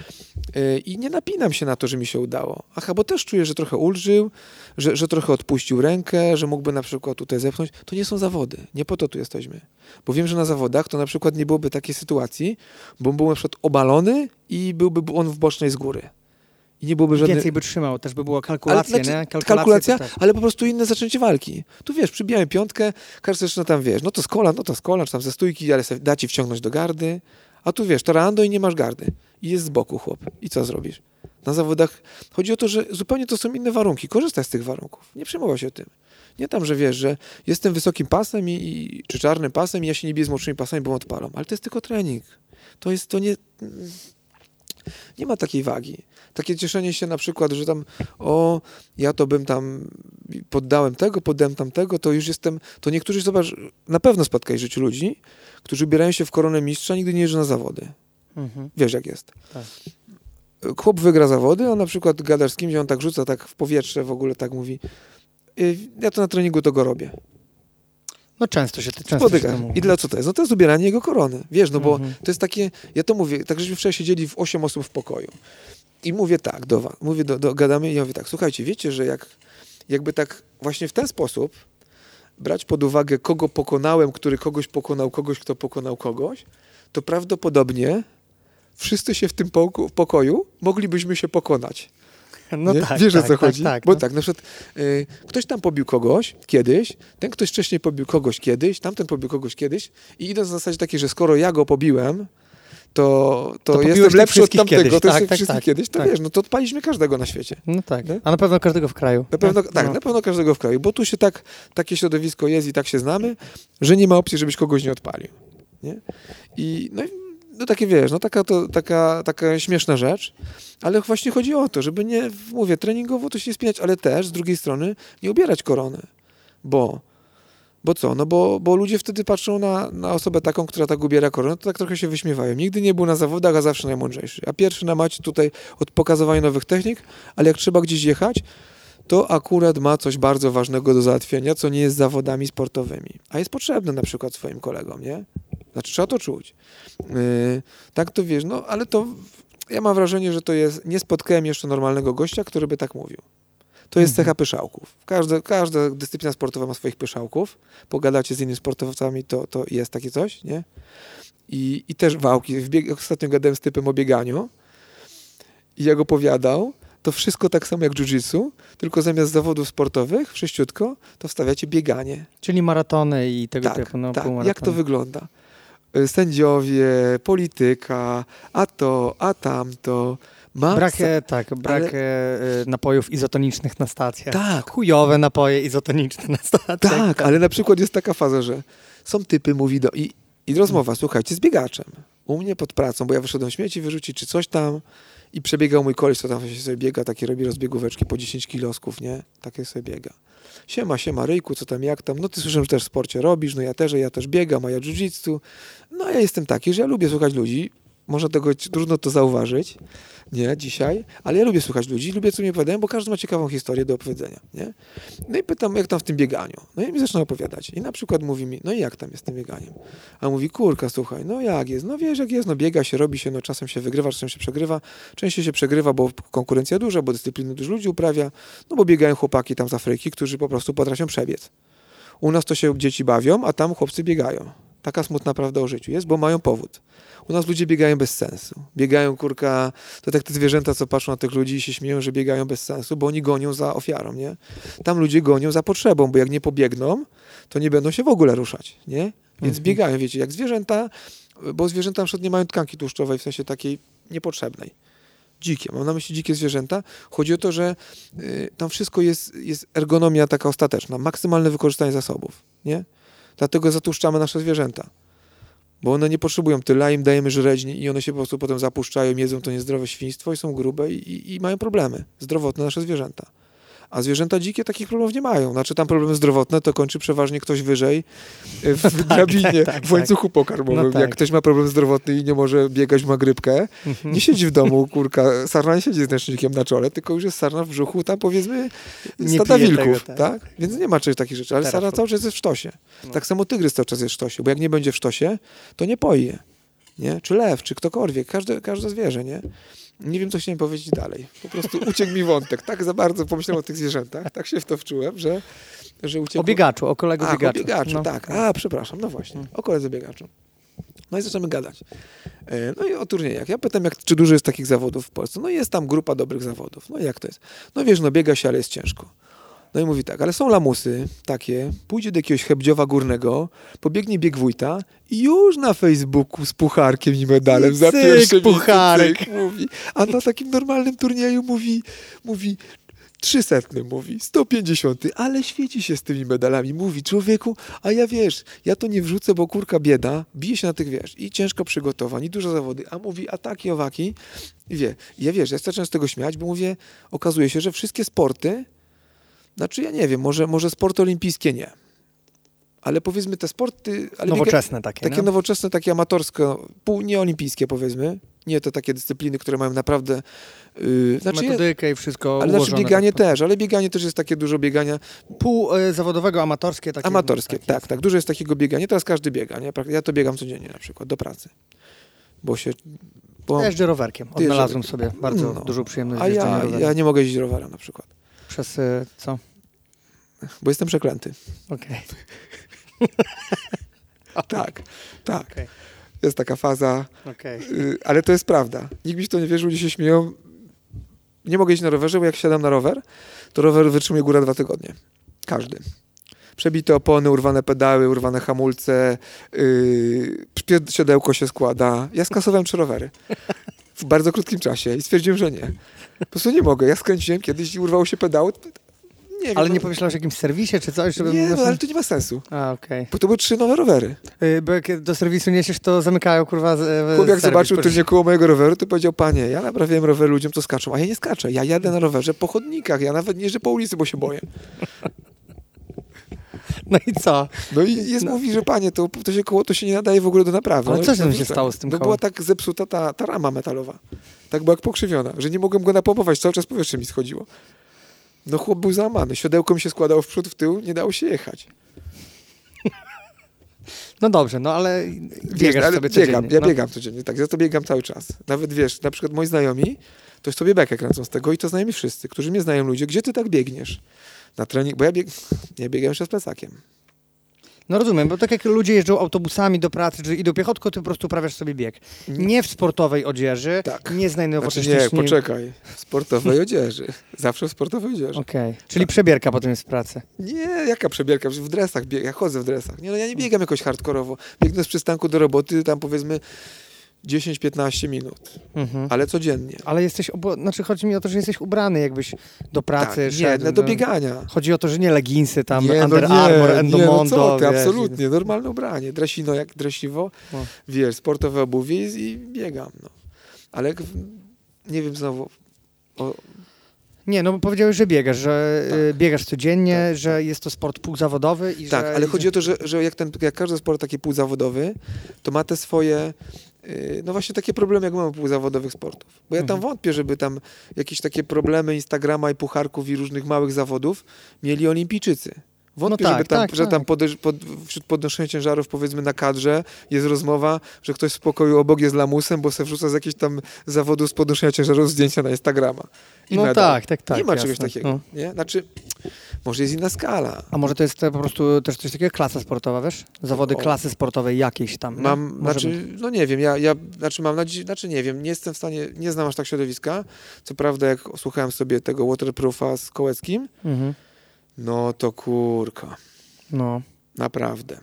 B: I nie napinam się na to, że mi się udało. Bo też czuję, że trochę ulżył, że trochę odpuścił rękę, że mógłby na przykład tutaj zepchnąć. To nie są zawody. Nie po to tu jesteśmy. Bo wiem, że na zawodach to na przykład nie byłoby takiej sytuacji, bo on był na przykład obalony i byłby on w bocznej z góry. I nie byłoby żadnej...
A: Więcej by trzymał, też by była kalkulacja, nie?
B: Kalkulacja, ale po prostu inne zaczęcie walki. Tu wiesz, przybijamy piątkę, każdy zaczyna tam, wiesz, no to z kolan, czy tam ze stójki, ale da ci wciągnąć do gardy. A tu wiesz, to rando i nie masz gardy. I jest z boku chłop. I co zrobisz? Na zawodach chodzi o to, że zupełnie to są inne warunki. Korzystaj z tych warunków. Nie przejmować się tym. Nie tam, że wiesz, że jestem wysokim pasem czy czarnym pasem i ja się nie biję z młodszymi pasami, bo odpalam. Ale to jest tylko trening. To nie ma takiej wagi. Takie cieszenie się na przykład, że tam ja to bym tam poddałem tamtego, to już jestem, to niektórzy, zobacz, na pewno spotkaj w życiu ludzi, którzy ubierają się w koronę mistrza, nigdy nie jeżdżą na zawody. Mhm. Wiesz, jak jest. Tak. Chłop wygra zawody, a na przykład gadasz z kimś, on tak rzuca tak w powietrze, w ogóle tak mówi, ja to na treningu to go robię.
A: No często się to mówi.
B: I dla co to jest? No to jest ubieranie jego korony. Wiesz, no bo to jest takie, ja to mówię, tak żeśmy wczoraj siedzieli w 8 osób w pokoju. I mówię tak do was, gadamy i ja mówię tak, słuchajcie, wiecie, że jakby tak właśnie w ten sposób brać pod uwagę, kogo pokonałem, który kogoś pokonał, kogoś, kto pokonał kogoś, to prawdopodobnie wszyscy się w tym pokoju moglibyśmy się pokonać.
A: No nie? Tak,
B: wiesz, o co chodzi?
A: Tak,
B: bo
A: no.
B: tak, na przykład ktoś tam pobił kogoś kiedyś, ten ktoś wcześniej pobił kogoś kiedyś, tamten pobił kogoś kiedyś i idąc w zasadzie takiej, że skoro ja go pobiłem, to jestem lepszy od tamtego,
A: kiedyś.
B: To jest wszystkich kiedyś, to wiesz, no to odpaliśmy każdego na świecie.
A: No tak, nie? A na pewno każdego w kraju.
B: Na pewno każdego w kraju, bo tu się takie środowisko jest i tak się znamy, że nie ma opcji, żebyś kogoś nie odpalił. Nie? I no takie wiesz, no taka śmieszna rzecz, ale właśnie chodzi o to, żeby nie, mówię, treningowo to się nie spinać, ale też z drugiej strony nie ubierać korony, bo co? No bo ludzie wtedy patrzą na osobę taką, która tak ubiera koronę, to tak trochę się wyśmiewają. Nigdy nie był na zawodach, a zawsze najmądrzejszy. A pierwszy na macie tutaj od pokazywania nowych technik, ale jak trzeba gdzieś jechać, to akurat ma coś bardzo ważnego do załatwienia, co nie jest zawodami sportowymi. A jest potrzebne na przykład swoim kolegom, nie? Znaczy trzeba to czuć. Tak to wiesz, no ale to ja mam wrażenie, że to jest, nie spotkałem jeszcze normalnego gościa, który by tak mówił. To jest cecha pyszałków. Każda dyscyplina sportowa ma swoich pyszałków. Pogadacie z innymi sportowcami, to jest takie coś, nie? I też wałki. Ostatnio gadałem z typem o bieganiu i jak opowiadał, to wszystko tak samo jak jiu-jitsu, tylko zamiast zawodów sportowych, wszyściutko, to wstawiacie bieganie.
A: Czyli maratony i tego typu. No,
B: tak. Jak to wygląda? Sędziowie, polityka, a to, a tamto.
A: Brak napojów izotonicznych na stacjach.
B: Tak.
A: Chujowe napoje izotoniczne na stacjach.
B: Tak, ale na przykład jest taka faza, że są typy, mówi i rozmowa, słuchajcie, z biegaczem. U mnie pod pracą, bo ja wyszedłem śmieci wyrzucić, czy coś tam I przebiegał mój koleś, to tam się sobie biega, takie robi rozbiegóweczki po 10 kilosków, nie? Takie sobie biega. Siema, Ryjku, co tam, jak tam? No ty słyszę, że też w sporcie robisz, no ja też biegam, a ja jiu-jitsu. No ja jestem taki, że ja lubię słuchać ludzi. Można tego trudno to zauważyć, nie, dzisiaj, ale ja lubię słuchać ludzi, lubię, co mi opowiadają, bo każdy ma ciekawą historię do opowiedzenia, nie? No i pytam, jak tam w tym bieganiu. No i mi zaczyna opowiadać. I na przykład mówi mi, no i jak tam jest z tym bieganiem? A mówi, kurka, słuchaj, no jak jest? No wiesz, jak jest, no biega się, robi się, no czasem się wygrywa, czasem się przegrywa. Częściej się przegrywa, bo konkurencja duża, bo dyscypliny dużo ludzi uprawia, no bo biegają chłopaki tam z Afryki, którzy po prostu potrafią przebiec. U nas to się dzieci bawią, a tam chłopcy biegają. Taka smutna prawda o życiu jest, bo mają powód. U nas ludzie biegają bez sensu. Biegają, kurka, to tak te zwierzęta, co patrzą na tych ludzi i się śmieją, że biegają bez sensu, bo oni gonią za ofiarą, nie? Tam ludzie gonią za potrzebą, bo jak nie pobiegną, to nie będą się w ogóle ruszać, nie? Więc biegają, wiecie, jak zwierzęta, bo zwierzęta na przykład nie mają tkanki tłuszczowej, w sensie takiej niepotrzebnej. Dzikie, mam na myśli dzikie zwierzęta. Chodzi o to, że tam wszystko jest ergonomia taka ostateczna, maksymalne wykorzystanie zasobów, nie? Dlatego zatłuszczamy nasze zwierzęta. Bo one nie potrzebują tyle, a im dajemy żreć i one się po prostu potem zapuszczają, jedzą to niezdrowe świństwo i są grube i mają problemy zdrowotne nasze zwierzęta. A zwierzęta dzikie takich problemów nie mają. Znaczy tam problemy zdrowotne to kończy przeważnie ktoś wyżej w drabinie, w łańcuchu pokarmowym.
A: No tak.
B: Jak ktoś ma problem zdrowotny i nie może biegać, ma grypkę, nie siedzi w domu, kurka, sarna nie siedzi z ręcznikiem na czole, tylko już jest sarna w brzuchu, tam powiedzmy stada wilków, tego, tak? Więc nie ma czegoś takich rzeczy, ale sarna cały czas jest w sztosie. No. Tak samo tygrys cały czas jest w sztosie, bo jak nie będzie w sztosie, to nie poje, nie? Czy lew, czy ktokolwiek, każde zwierzę, nie? Nie wiem, co chciałem powiedzieć dalej. Po prostu uciekł mi wątek. Tak za bardzo pomyślałem o tych zwierzętach. Tak się w to wczułem, że uciekł...
A: O biegaczu, o kolegu biegaczu.
B: O biegaczu,
A: no.
B: tak. Przepraszam, no właśnie. O koledze biegaczu. No i zaczynamy gadać. No i o turniejach. Ja pytam, czy dużo jest takich zawodów w Polsce. No jest tam grupa dobrych zawodów. No i jak to jest? No wiesz, no biega się, ale jest ciężko. No i mówi tak, ale są lamusy takie, pójdzie do jakiegoś Hebdziowa Górnego, pobiegnie bieg wójta i już na Facebooku z pucharkiem i medalem za pierwsze
A: pucharek.
B: Mówi. A na takim normalnym turnieju mówi 300, mówi 150, ale świeci się z tymi medalami. Mówi, człowieku, a ja wiesz, ja to nie wrzucę, bo kurka bieda, bije się na tych, wiesz, i ciężko przygotowań, i dużo zawody, a mówi, a taki, owaki. I ja zacząłem z tego śmiać, bo mówię, okazuje się, że wszystkie sporty, znaczy ja nie wiem, może sporty olimpijskie nie. Ale powiedzmy te sporty... Ale
A: nowoczesne
B: takie nowoczesne, takie amatorskie, nieolimpijskie powiedzmy. Nie to takie dyscypliny, które mają naprawdę...
A: metodykę i wszystko
B: ale
A: ułożone.
B: Znaczy bieganie też, ale bieganie też jest takie dużo biegania...
A: zawodowego, amatorskie. Takie,
B: amatorskie, tak. Dużo jest takiego biegania. Teraz każdy biega, nie? Ja to biegam codziennie na przykład, do pracy.
A: Ja jeżdżę rowerkiem. Odnalazłem sobie bardzo dużą przyjemność z jeżdżenia rowerem.
B: Ja nie mogę jeździć rowerem na przykład.
A: Przez co?
B: Bo jestem przeklęty.
A: Okej.
B: Tak.
A: Okay.
B: Jest taka faza, ale to jest prawda. Nikt mi w to nie wierzy, ludzie się śmieją. Nie mogę jeździć na rowerze, bo jak siadam na rower, to rower wytrzymuje góra 2 tygodnie. Każdy. Przebite opony, urwane pedały, urwane hamulce, siodełko się składa. Ja skasowałem 3 rowery w bardzo krótkim czasie i stwierdziłem, że nie. Po prostu nie mogę. Ja skręciłem kiedyś i urwało się pedały. Nie wiem,
A: ale nie pomyślałeś o jakimś serwisie czy coś? Żeby
B: nie, ale to nie ma sensu.
A: Okej.
B: Bo to były 3 nowe rowery.
A: Bo jak do serwisu niesiesz, to zamykają, kurwa,
B: chłop jak zobaczył tylnie koło mojego roweru, to powiedział, panie, ja naprawiałem rower ludziom, co skaczą, a ja nie skaczę. Ja jadę na rowerze po chodnikach, ja nawet nie jeżdżę po ulicy, bo się boję.
A: No i co?
B: No i mówi, że panie, to się nie nadaje w ogóle do naprawy.
A: Ale co się stało z tym kołem?
B: Była tak zepsuta ta rama metalowa. Tak była jak pokrzywiona, że nie mogłem go napompować, cały czas powietrze mi schodziło. No chłop był załamany. Siodełko mi się składało w przód, w tył, nie dało się jechać.
A: No dobrze, no ale biegasz sobie codziennie.
B: Ja biegam codziennie, tak. Ja to biegam cały czas. Nawet wiesz, na przykład moi znajomi, to sobie bekę kręcą z tego i to znajomi wszyscy, którzy mnie znają ludzie. Gdzie ty tak biegniesz? Na trening, bo ja biegam jeszcze z plecakiem.
A: No rozumiem, bo tak jak ludzie jeżdżą autobusami do pracy, czy idą piechotką, ty po prostu uprawiasz sobie bieg. Nie w sportowej odzieży, nie z najnowocześniejszej...
B: nie, poczekaj. W sportowej odzieży. Zawsze w sportowej odzieży.
A: Okej. Czyli przebierka potem jest w pracy.
B: Nie, jaka przebierka? W dresach biegam, ja chodzę w dresach. Nie, no ja nie biegam jakoś hardkorowo. Biegnę z przystanku do roboty, tam powiedzmy 10-15 minut. Ale codziennie.
A: Ale jesteś, chodzi mi o to, że jesteś ubrany jakbyś do pracy szedł.
B: Nie, do biegania.
A: Chodzi o to, że nie leginsy tam, Under Armour, Endomondo.
B: No co ty, absolutnie, normalne ubranie. Dresino jak dresiwo, wiesz, sportowe obuwie i biegam. No. Ale nie wiem znowu...
A: Nie, no bo powiedziałeś, że biegasz, że biegasz codziennie, że jest to sport półzawodowy.
B: Tak, ale chodzi o to, że jak każdy sport taki półzawodowy, to ma te swoje, no właśnie takie problemy, jak mamy półzawodowych sportów. Bo ja tam wątpię, żeby tam jakieś takie problemy Instagrama i pucharków i różnych małych zawodów mieli olimpijczycy. Wątpię,
A: No tak,
B: że tam wśród podnoszenia ciężarów, powiedzmy na kadrze, jest rozmowa, że ktoś w pokoju obok jest lamusem, bo se wrzuca z jakichś tam zawodów z podnoszenia ciężarów zdjęcia na Instagrama.
A: No tak.
B: Nie ma
A: jasne.
B: czegoś takiego,
A: No.
B: nie? Znaczy, może jest inna skala.
A: A może to jest po prostu też coś takiego jak klasa sportowa, wiesz? Zawody klasy sportowej jakiejś tam.
B: No nie wiem, nie wiem, nie jestem w stanie, nie znam aż tak środowiska. Co prawda, jak słuchałem sobie tego Waterproofa z Kołeckim, no to kurka.
A: No.
B: Naprawdę.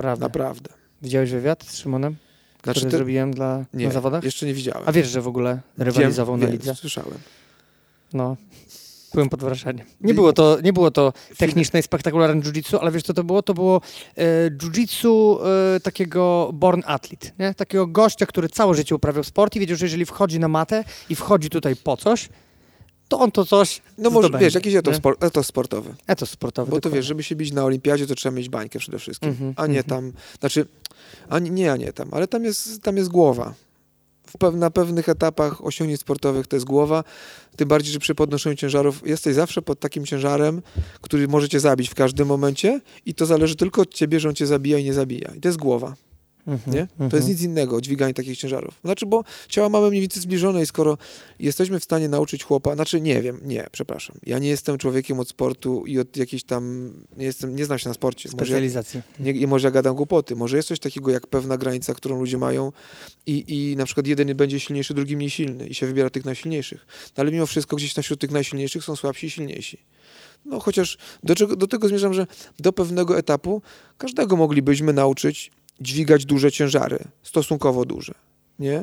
A: Widziałeś wywiad z Szymonem, który zrobiłem na zawodach?
B: Jeszcze nie widziałem.
A: A wiesz, że w ogóle rywalizował na lidze?
B: Słyszałem.
A: No. Byłem pod wrażeniem. Nie było to techniczne i spektakularne jiu-jitsu, ale wiesz co to było? To było jiu-jitsu takiego born athlete, nie? Takiego gościa, który całe życie uprawiał sport i wiedział, że jeżeli wchodzi na matę i wchodzi tutaj po coś, to on to coś
B: no może, wiesz, jakiś etos sportowy.
A: Etos sportowy,
B: bo
A: dokładnie.
B: to wiesz, żeby się bić na olimpiadzie, to trzeba mieć bańkę przede wszystkim. A nie tam, znaczy, nie tam, ale tam jest głowa. Na pewnych etapach osiągnięć sportowych to jest głowa, tym bardziej, że przy podnoszeniu ciężarów jesteś zawsze pod takim ciężarem, który może cię zabić w każdym momencie i to zależy tylko od ciebie, że on cię zabija i nie zabija. I to jest głowa. Nie? To jest nic innego, dźwiganie takich ciężarów. Znaczy, bo ciała mamy mniej więcej zbliżone i skoro jesteśmy w stanie nauczyć chłopa, przepraszam. Ja nie jestem człowiekiem od sportu i od jakiejś tam, nie znam się na sporcie.
A: Specjalizacji.
B: Może ja gadam głupoty. Może jest coś takiego jak pewna granica, którą ludzie mają i na przykład jeden będzie silniejszy, drugi mniej silny i się wybiera tych najsilniejszych. No, ale mimo wszystko gdzieś wśród tych najsilniejszych są słabsi i silniejsi. No chociaż do tego zmierzam, że do pewnego etapu każdego moglibyśmy nauczyć dźwigać duże ciężary, stosunkowo duże, nie?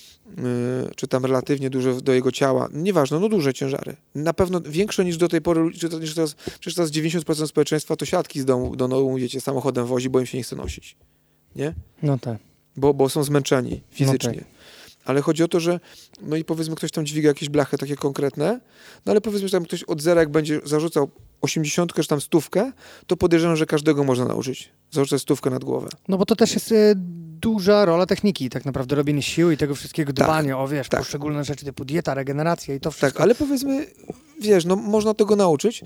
B: Czy tam relatywnie duże do jego ciała, nieważne, no duże ciężary. Na pewno większe niż do tej pory, przecież teraz 90% społeczeństwa to siatki z domu do domu, wiecie, samochodem wozi, bo im się nie chce nosić, nie?
A: No tak.
B: Bo są zmęczeni fizycznie.
A: No tak.
B: Ale chodzi o to, że no i powiedzmy ktoś tam dźwiga jakieś blachy takie konkretne, no ale powiedzmy, że tam ktoś od zera jak będzie zarzucał 80 czy tam 100, to podejrzewam, że każdego można nauczyć zarzucać 100 nad głowę.
A: No bo to też jest duża rola techniki, tak naprawdę robienie siły i tego wszystkiego, dbanie o, wiesz, poszczególne rzeczy typu dieta, regeneracja i to wszystko.
B: Tak, ale powiedzmy, wiesz, no można tego nauczyć,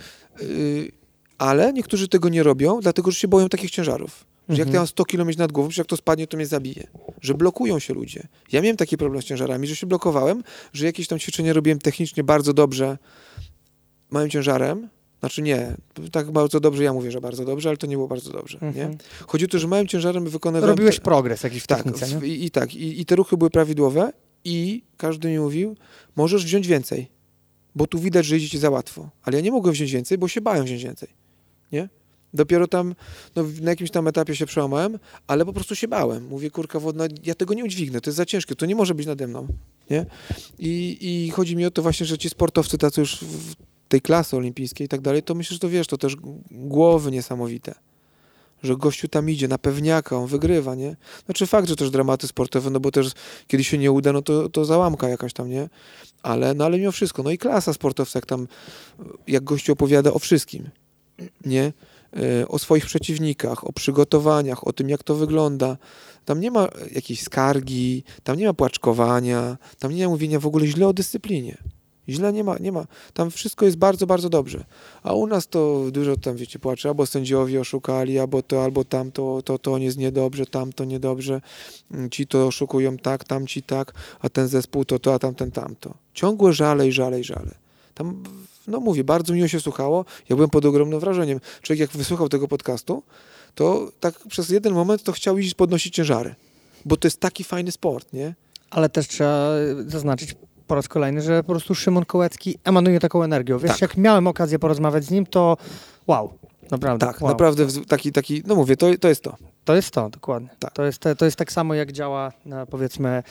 B: ale niektórzy tego nie robią, dlatego, że się boją takich ciężarów. Że jak ja mam 100 kg mieć nad głową, że jak to spadnie, to mnie zabije. Że blokują się ludzie. Ja miałem taki problem z ciężarami, że się blokowałem, że jakieś tam ćwiczenie robiłem technicznie bardzo dobrze małym ciężarem. Znaczy nie, tak bardzo dobrze, ja mówię, że bardzo dobrze, ale to nie było bardzo dobrze. Nie? Chodzi o to, że małym ciężarem wykonywałem...
A: Robiłeś progres jakiś w technice,
B: nie? I te ruchy były prawidłowe i każdy mi mówił, możesz wziąć więcej, bo tu widać, że idzie ci za łatwo. Ale ja nie mogłem wziąć więcej, bo się bałem wziąć więcej. Nie? Dopiero tam, na jakimś tam etapie się przełamałem, ale po prostu się bałem. Mówię, kurka wodna, ja tego nie udźwignę, to jest za ciężkie, to nie może być nade mną, nie? I chodzi mi o to właśnie, że ci sportowcy tacy już w tej klasy olimpijskiej i tak dalej, to myślę, że to wiesz, to też głowy niesamowite. Że gościu tam idzie na pewniaka, on wygrywa, nie? Znaczy fakt, że też dramaty sportowe, no bo też kiedy się nie uda, no to załamka jakaś tam, nie? Ale mimo wszystko, no i klasa sportowca, jak gościu opowiada o wszystkim, nie? O swoich przeciwnikach, o przygotowaniach, o tym, jak to wygląda. Tam nie ma jakiejś skargi, tam nie ma płaczkowania, tam nie ma mówienia w ogóle źle o dyscyplinie. Źle nie ma. Tam wszystko jest bardzo, bardzo dobrze. A u nas to dużo tam, wiecie, płacze, albo sędziowie oszukali, albo tamto, to nie jest niedobrze, tamto niedobrze, ci to oszukują tak, tamci tak, a ten zespół to, a tamten tamto. Ciągłe żale. Tam, no mówię, bardzo miło się słuchało. Ja byłem pod ogromnym wrażeniem. Człowiek jak wysłuchał tego podcastu, to tak przez jeden moment to chciał iść podnosić ciężary. Bo to jest taki fajny sport, nie?
A: Ale też trzeba zaznaczyć po raz kolejny, że po prostu Szymon Kołecki emanuje taką energią. Wiesz, jak miałem okazję porozmawiać z nim, to wow, naprawdę.
B: Tak,
A: wow.
B: naprawdę taki, no mówię, to jest to.
A: To jest to, dokładnie.
B: Tak.
A: To jest tak samo, jak działa, powiedzmy,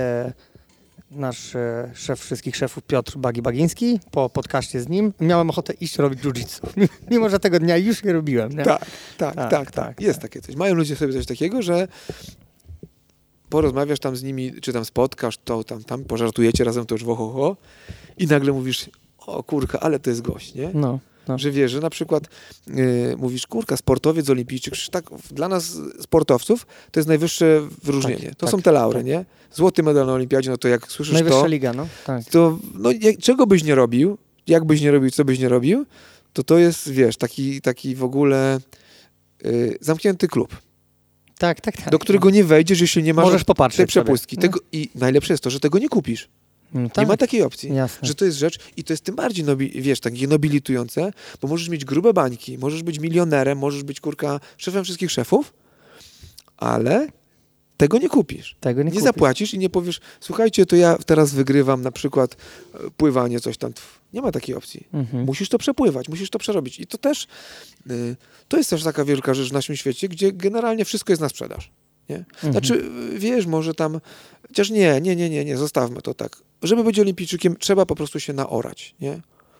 A: nasz szef wszystkich szefów Piotr Bagiński po podcaście z nim. Miałem ochotę iść robić jiu-jitsu. Mimo, że tego dnia już nie robiłem. Nie?
B: Tak. Jest takie coś. Mają ludzie sobie coś takiego, że porozmawiasz tam z nimi, czy tam spotkasz, to tam pożartujecie razem, to już wohoho i nagle mówisz, o kurka, ale to jest gość, nie?
A: No.
B: Że wiesz, że na przykład mówisz, kurka, sportowiec, olimpijczyk, tak dla nas sportowców to jest najwyższe wyróżnienie. To są te laury, nie? Złoty medal na olimpiadzie, no to jak słyszysz
A: Najwyższa liga, no. Tak.
B: To czego byś nie robił, jak byś nie robił, co byś nie robił, to jest, wiesz, taki w ogóle zamknięty klub.
A: Tak.
B: Do którego nie wejdziesz, jeśli nie masz
A: Możesz popatrzeć
B: tej przepustki.
A: sobie.
B: I najlepsze jest to, że tego nie kupisz. Nie ma takiej opcji,
A: Jasne.
B: że to jest rzecz i to jest tym bardziej, takie nobilitujące, bo możesz mieć grube bańki, możesz być milionerem, możesz być, kurka, szefem wszystkich szefów, ale tego nie kupisz. Nie zapłacisz i nie powiesz, słuchajcie, to ja teraz wygrywam na przykład pływanie, coś tam. Nie ma takiej opcji. Musisz to przepływać, musisz to przerobić. I to też, to jest też taka wielka rzecz w naszym świecie, gdzie generalnie wszystko jest na sprzedaż. Nie? Znaczy, wiesz, może tam, chociaż nie, zostawmy to tak. Żeby być olimpijczykiem, trzeba po prostu się naorać, nie?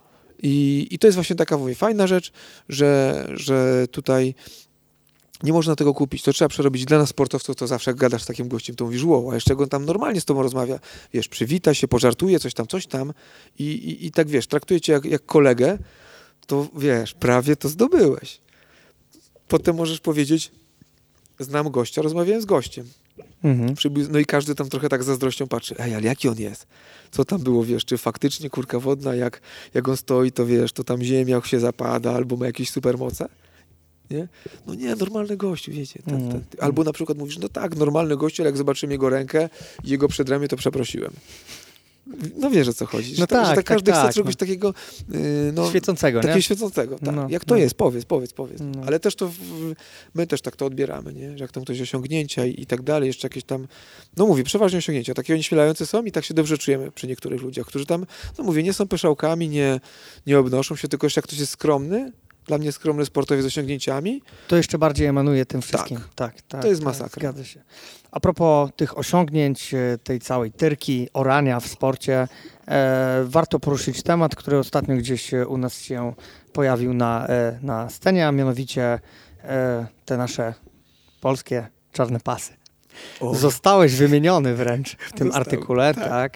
B: I to jest właśnie taka, mówię, fajna rzecz, że tutaj nie można tego kupić, to trzeba przerobić. Dla nas sportowców to zawsze jak gadasz z takim gościem, to mówisz, wow, a jeszcze go tam normalnie z tobą rozmawia, wiesz, przywita się, pożartuje, coś tam i tak, wiesz, traktuje cię jak kolegę, to wiesz, prawie to zdobyłeś. Potem możesz powiedzieć, znam gościa, rozmawiałem z gościem. No i każdy tam trochę tak zazdrością patrzy, ale jaki on jest? Co tam było, wiesz, czy faktycznie kurka wodna, jak on stoi, to wiesz, to tam ziemia się zapada, albo ma jakieś supermoce? Nie? No nie, normalny gościu, wiecie. Albo na przykład mówisz, no tak, normalny gościu, ale jak zobaczyłem jego rękę i jego przedramię, to przeprosiłem. No wiesz, o co chodzi.
A: No
B: że każdy chce czegoś takiego
A: świecącego,
B: takiego
A: nie?
B: świecącego, tak. Jak to jest? Powiedz. Ale też to my też tak to odbieramy, nie? Że jak tam ktoś osiągnięcia i tak dalej, jeszcze jakieś tam, no mówię, przeważnie osiągnięcia, takie nieśmielające są i tak się dobrze czujemy przy niektórych ludziach, którzy tam, no mówię, nie są pyszałkami, nie obnoszą się, tylko jeszcze jak ktoś jest skromny, dla mnie skromny sportowiec z osiągnięciami.
A: To jeszcze bardziej emanuje tym wszystkim. Tak.
B: To jest masakra.
A: Zgadza się. A propos tych osiągnięć, tej całej tyrki, orania w sporcie, warto poruszyć temat, który ostatnio gdzieś u nas się pojawił na scenie, a mianowicie te nasze polskie czarne pasy. Zostałeś wymieniony wręcz w tym artykule, tak.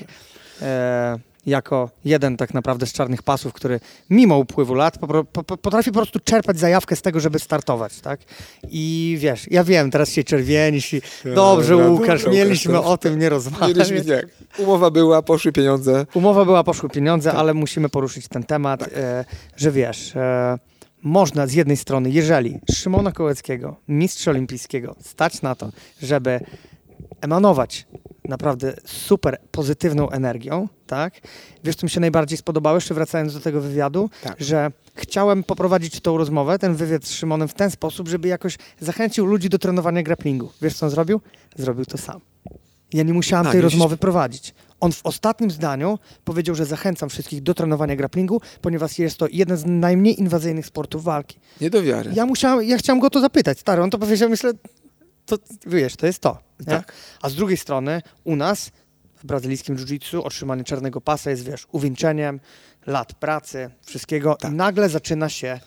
A: Jako jeden tak naprawdę z czarnych pasów, który mimo upływu lat potrafi po prostu czerpać zajawkę z tego, żeby startować, tak? I wiesz, ja wiem, teraz się czerwienisz i dobrze, Łukasz, mieliśmy o tym nie rozmawiać.
B: Umowa była, poszły pieniądze.
A: Ale musimy poruszyć ten temat, że wiesz, można z jednej strony, jeżeli Szymona Kołeckiego, mistrza olimpijskiego, stać na to, żeby emanować naprawdę super pozytywną energią, tak? Wiesz, co mi się najbardziej spodobało, jeszcze wracając do tego wywiadu, że chciałem poprowadzić tą rozmowę, ten wywiad z Szymonem w ten sposób, żeby jakoś zachęcił ludzi do trenowania grapplingu. Wiesz, co on zrobił? Zrobił to sam. Ja nie musiałam tej rozmowy prowadzić. On w ostatnim zdaniu powiedział, że zachęcam wszystkich do trenowania grapplingu, ponieważ jest to jeden z najmniej inwazyjnych sportów walki.
B: Nie do wiary.
A: Ja chciałem go to zapytać, stary, on to powiedział, myślę, to wiesz, to jest to. Tak. A z drugiej strony u nas w brazylijskim jiu-jitsu otrzymanie czarnego pasa jest, wiesz, uwieńczeniem lat pracy, wszystkiego. I nagle zaczyna się,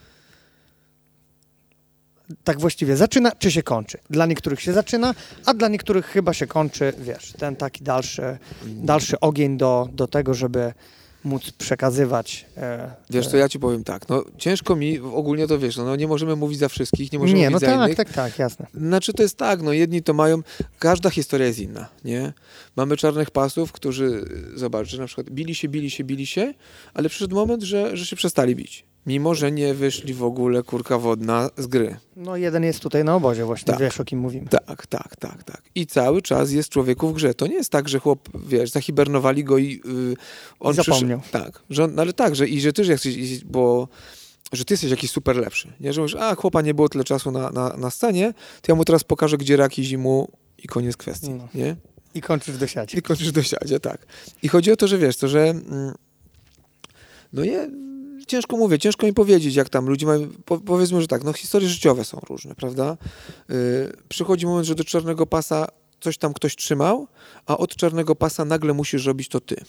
A: tak właściwie zaczyna, czy się kończy. Dla niektórych się zaczyna, a dla niektórych chyba się kończy, wiesz, ten taki dalszy ogień do tego, żeby móc przekazywać.
B: Wiesz, to ja ci powiem tak, no ciężko mi, ogólnie to wiesz, no nie możemy mówić za wszystkich, nie możemy mówić za innych.
A: Tak, jasne.
B: Znaczy to jest tak, no jedni to mają, każda historia jest inna, nie? Mamy czarnych pasów, którzy, zobacz, że na przykład bili się, ale przyszedł moment, że się przestali bić. Mimo, że nie wyszli w ogóle kurka wodna z gry.
A: No jeden jest tutaj na obozie właśnie, wiesz o kim mówimy.
B: Tak. I cały czas jest człowieku w grze. To nie jest tak, że chłop, wiesz, zahibernowali go i on
A: zapomniał.
B: Ale tak, że ty jesteś, że ty jesteś jakiś super lepszy. Nie, że mówisz, chłopa nie było tyle czasu na scenie, to ja mu teraz pokażę, gdzie raki zimu i koniec kwestii, nie?
A: I kończysz w dosiadzie.
B: Tak. I chodzi o to, że wiesz, że ciężko mi powiedzieć, jak tam ludzie mają, powiedzmy, że tak, no historie życiowe są różne, prawda? Przychodzi moment, że do czarnego pasa coś tam ktoś trzymał, a od czarnego pasa nagle musisz robić to ty.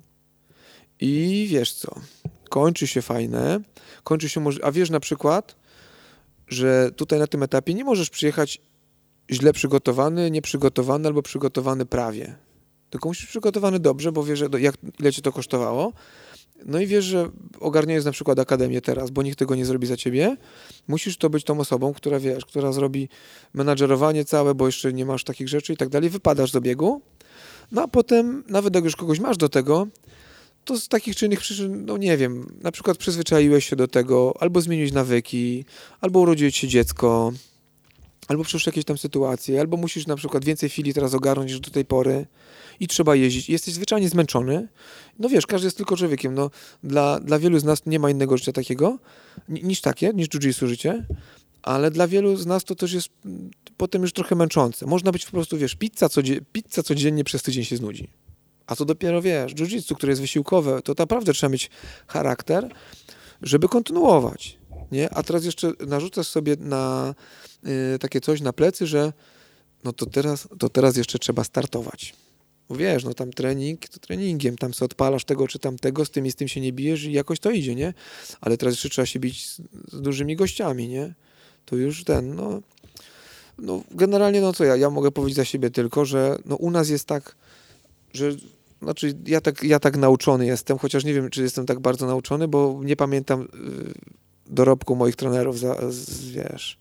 B: I wiesz co, kończy się fajne, a wiesz na przykład, że tutaj na tym etapie nie możesz przyjechać, źle przygotowany, nieprzygotowany albo przygotowany prawie. Tylko musisz być przygotowany dobrze, bo wiesz, że ile cię to kosztowało. No i wiesz, że ogarniając na przykład akademię teraz, bo nikt tego nie zrobi za ciebie, musisz to być tą osobą, która wiesz, która zrobi menadżerowanie całe, bo jeszcze nie masz takich rzeczy i tak dalej, wypadasz do biegu, no a potem, nawet jak już kogoś masz do tego, to z takich czy innych przyczyn, no nie wiem, na przykład przyzwyczaiłeś się do tego, albo zmieniłeś nawyki, albo urodziło ci się dziecko, albo przeszły jakieś tam sytuacje, albo musisz na przykład więcej chwili teraz ogarnąć niż do tej pory i trzeba jeździć. Jesteś zwyczajnie zmęczony. No wiesz, każdy jest tylko człowiekiem. No, dla wielu z nas nie ma innego życia takiego niż jiu-jitsu życie, ale dla wielu z nas to też jest potem już trochę męczące. Można być po prostu, wiesz, pizza codziennie przez tydzień się znudzi. A co dopiero, wiesz, jiu-jitsu, które jest wysiłkowe, to naprawdę trzeba mieć charakter, żeby kontynuować. Nie? A teraz jeszcze narzucasz sobie na takie coś na plecy, że no to teraz jeszcze trzeba startować. Bo wiesz, no tam trening to treningiem, tam sobie odpalasz tego czy tamtego, z tym i z tym się nie bijesz i jakoś to idzie, nie? Ale teraz jeszcze trzeba się bić z dużymi gościami, nie? To już no generalnie, no co ja mogę powiedzieć za siebie tylko, że no u nas jest tak, że znaczy ja tak nauczony jestem, chociaż nie wiem, czy jestem tak bardzo nauczony, bo nie pamiętam dorobku moich trenerów, wiesz,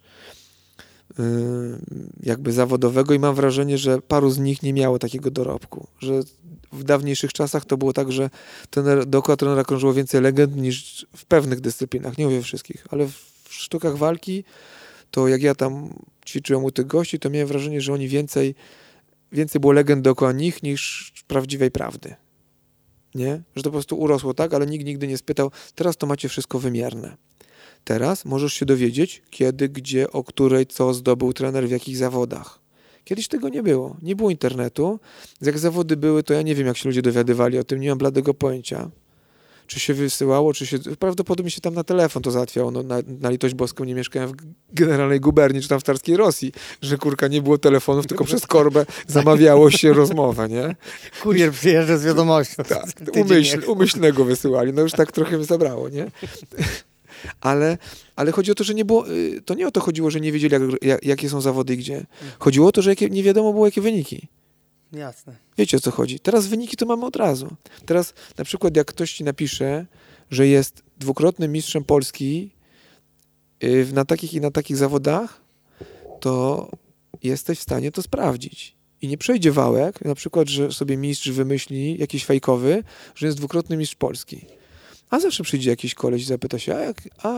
B: jakby zawodowego i mam wrażenie, że paru z nich nie miało takiego dorobku, że w dawniejszych czasach to było tak, że dookoła trenera krążyło więcej legend niż w pewnych dyscyplinach, nie mówię wszystkich, ale w sztukach walki to jak ja tam ćwiczyłem u tych gości, to miałem wrażenie, że oni więcej było legend dookoła nich niż prawdziwej prawdy. Nie? Że to po prostu urosło tak, ale nikt nigdy nie spytał, teraz to macie wszystko wymierne. Teraz możesz się dowiedzieć, kiedy, gdzie, o której, co zdobył trener, w jakich zawodach. Kiedyś tego nie było. Nie było internetu. Jak zawody były, to ja nie wiem, jak się ludzie dowiadywali o tym. Nie mam bladego pojęcia. Czy się wysyłało, prawdopodobnie się tam na telefon to załatwiało. No, na litość boską nie mieszkałem w generalnej guberni, czy tam w carskiej Rosji, że kurka nie było telefonów, tylko przez korbę zamawiało się rozmowę, nie?
A: Kurier przyjeżdża z wiadomością.
B: Tak, umyślnego wysyłali. No już tak trochę mi zabrało, nie? Ale chodzi o to, że nie było, to nie o to chodziło, że nie wiedzieli, jakie są zawody i gdzie. Chodziło o to, że nie wiadomo było, jakie wyniki.
A: Jasne.
B: Wiecie, o co chodzi. Teraz wyniki to mamy od razu. Teraz na przykład jak ktoś ci napisze, że jest dwukrotnym mistrzem Polski na takich i na takich zawodach, to jesteś w stanie to sprawdzić. I nie przejdzie wałek, na przykład, że sobie mistrz wymyśli jakiś fejkowy, że jest dwukrotny mistrz Polski. A zawsze przyjdzie jakiś koleś i zapyta się,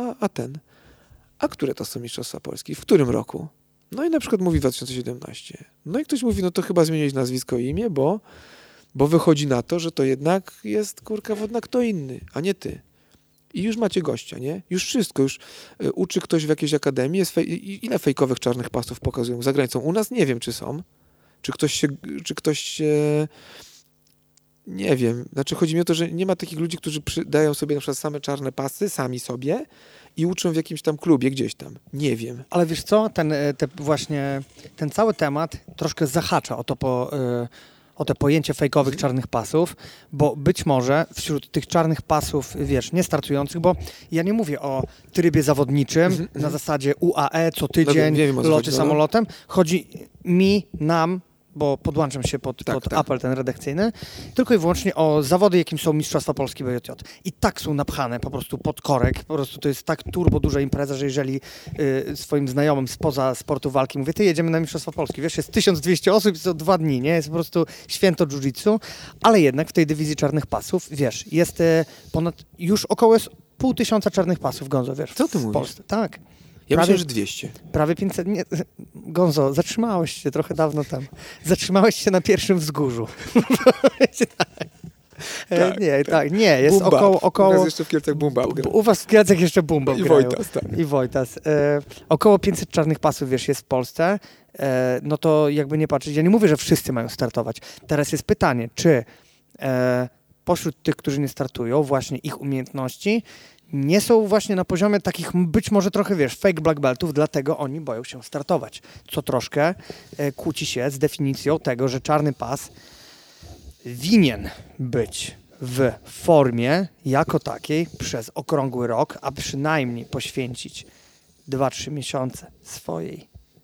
B: a które to są mistrzostwa Polski? W którym roku? No i na przykład mówi 2017. No i ktoś mówi, no to chyba zmienić nazwisko i imię, bo wychodzi na to, że to jednak jest, kurka wodna, kto inny, a nie ty. I już macie gościa, nie? Już wszystko, już uczy ktoś w jakiejś akademii, ile fejkowych czarnych pasów pokazują za granicą? U nas nie wiem, czy są. Czy ktoś się nie wiem. Znaczy chodzi mi o to, że nie ma takich ludzi, którzy dają sobie na przykład same czarne pasy, sami sobie i uczą w jakimś tam klubie gdzieś tam. Nie wiem.
A: Ale wiesz co, ten cały temat troszkę zahacza o te pojęcie fejkowych czarnych pasów, bo być może wśród tych czarnych pasów, wiesz, niestartujących, bo ja nie mówię o trybie zawodniczym na zasadzie UAE co tydzień, loty samolotem. Chodzi nam, bo podłączam się pod apel ten redakcyjny, tylko i wyłącznie o zawody, jakim są Mistrzostwa Polski BJJ. I tak są napchane po prostu pod korek, po prostu to jest tak turbo duża impreza, że jeżeli swoim znajomym spoza sportu walki mówię, ty jedziemy na Mistrzostwa Polski, wiesz, jest 1200 osób, jest to 2 dni, nie? Jest po prostu święto jiu-jitsu, ale jednak w tej dywizji czarnych pasów, wiesz, jest ponad już około 500 czarnych pasów, Gonzo, wiesz,
B: co ty
A: w
B: mówisz?
A: Polsce. Tak.
B: Ja myślę, że 200.
A: Prawie 500. Nie, Gonzo, zatrzymałeś się trochę dawno tam. Zatrzymałeś się na pierwszym wzgórzu. Nie, jest około...
B: U nas jeszcze w Kielcach Bumba.
A: U was w Kielcach jeszcze Bumba
B: I Wojtas, tak.
A: I Wojtas. Około 500 czarnych pasów, wiesz, jest w Polsce. No to jakby nie patrzeć, ja nie mówię, że wszyscy mają startować. Teraz jest pytanie, czy pośród tych, którzy nie startują, właśnie ich umiejętności nie są właśnie na poziomie takich być może trochę, wiesz, fake black beltów, dlatego oni boją się startować. Co troszkę kłóci się z definicją tego, że czarny pas winien być w formie jako takiej przez okrągły rok, a przynajmniej poświęcić 2-3 miesiące swojej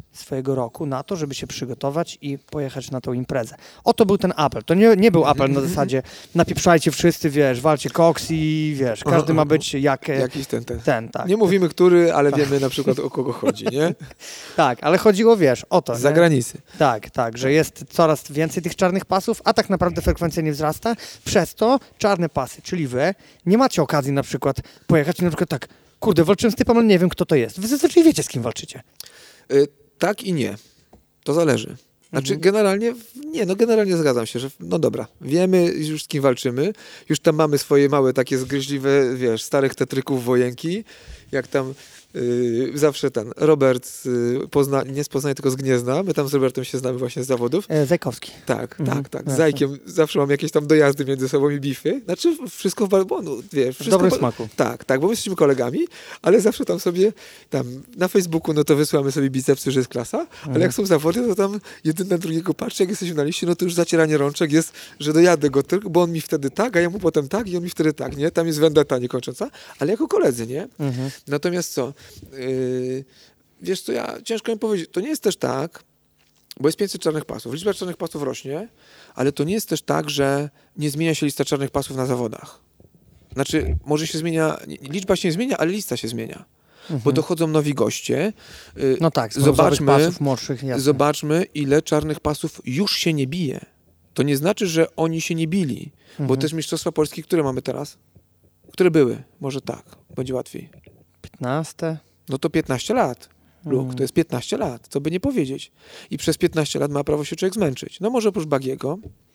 A: swojego roku na to, żeby się przygotować i pojechać na tą imprezę. Oto był ten apel. To nie był apel na zasadzie napieprzajcie wszyscy, wiesz, walcie koks i wiesz, każdy ma być
B: jakiś ten.
A: Tak.
B: Nie mówimy który, ale wiemy na przykład o kogo chodzi, nie?
A: Tak, ale chodziło, wiesz, o to.
B: Z zagranicy.
A: Tak, że jest coraz więcej tych czarnych pasów, a tak naprawdę frekwencja nie wzrasta. Przez to czarne pasy, czyli wy nie macie okazji na przykład pojechać i na przykład tak, kurde, walczyłem z typem, ale nie wiem kto to jest. Wy zazwyczaj wiecie, z kim walczycie.
B: Tak i nie. To zależy. Znaczy generalnie zgadzam się, że no dobra, wiemy już z kim walczymy, już tam mamy swoje małe takie zgryźliwe, wiesz, starych tetryków wojenki, jak tam zawsze ten Robert nie z Poznania, tylko z Gniezna, my tam z Robertem się znamy właśnie z zawodów.
A: Zajkowski.
B: Tak, z Zajkiem zawsze mam jakieś tam dojazdy między sobą i bify, znaczy wszystko w wiesz, wszystko
A: w dobrym smaku.
B: Tak, bo my jesteśmy kolegami, ale zawsze tam sobie, na Facebooku, no to wysyłamy sobie bicepsy, że jest klasa, ale jak są zawody, to tam jeden na drugiego patrzy, jak jesteśmy na liście, no to już zacieranie rączek jest, że dojadę go tylko, bo on mi wtedy tak, a ja mu potem tak i on mi wtedy tak, nie? Tam jest vendetta niekończąca, ale jako koledzy, nie? Natomiast co? Wiesz co, ciężko mi powiedzieć, to nie jest też tak, bo jest 500 czarnych pasów, liczba czarnych pasów rośnie, ale to nie jest też tak, że nie zmienia się lista czarnych pasów na zawodach. Znaczy, może się zmienia, liczba się nie zmienia, ale lista się zmienia. Bo dochodzą nowi goście.
A: No tak, pasów młodszych, jasne.
B: Zobaczmy, ile czarnych pasów już się nie bije. To nie znaczy, że oni się nie bili, bo też Mistrzostwa Polski, które mamy teraz? Które były? Może tak, będzie łatwiej.
A: 15?
B: No to 15 lat. Luke, to jest 15 lat, co by nie powiedzieć. I przez 15 lat ma prawo się człowiek zmęczyć. No może oprócz Bagiego,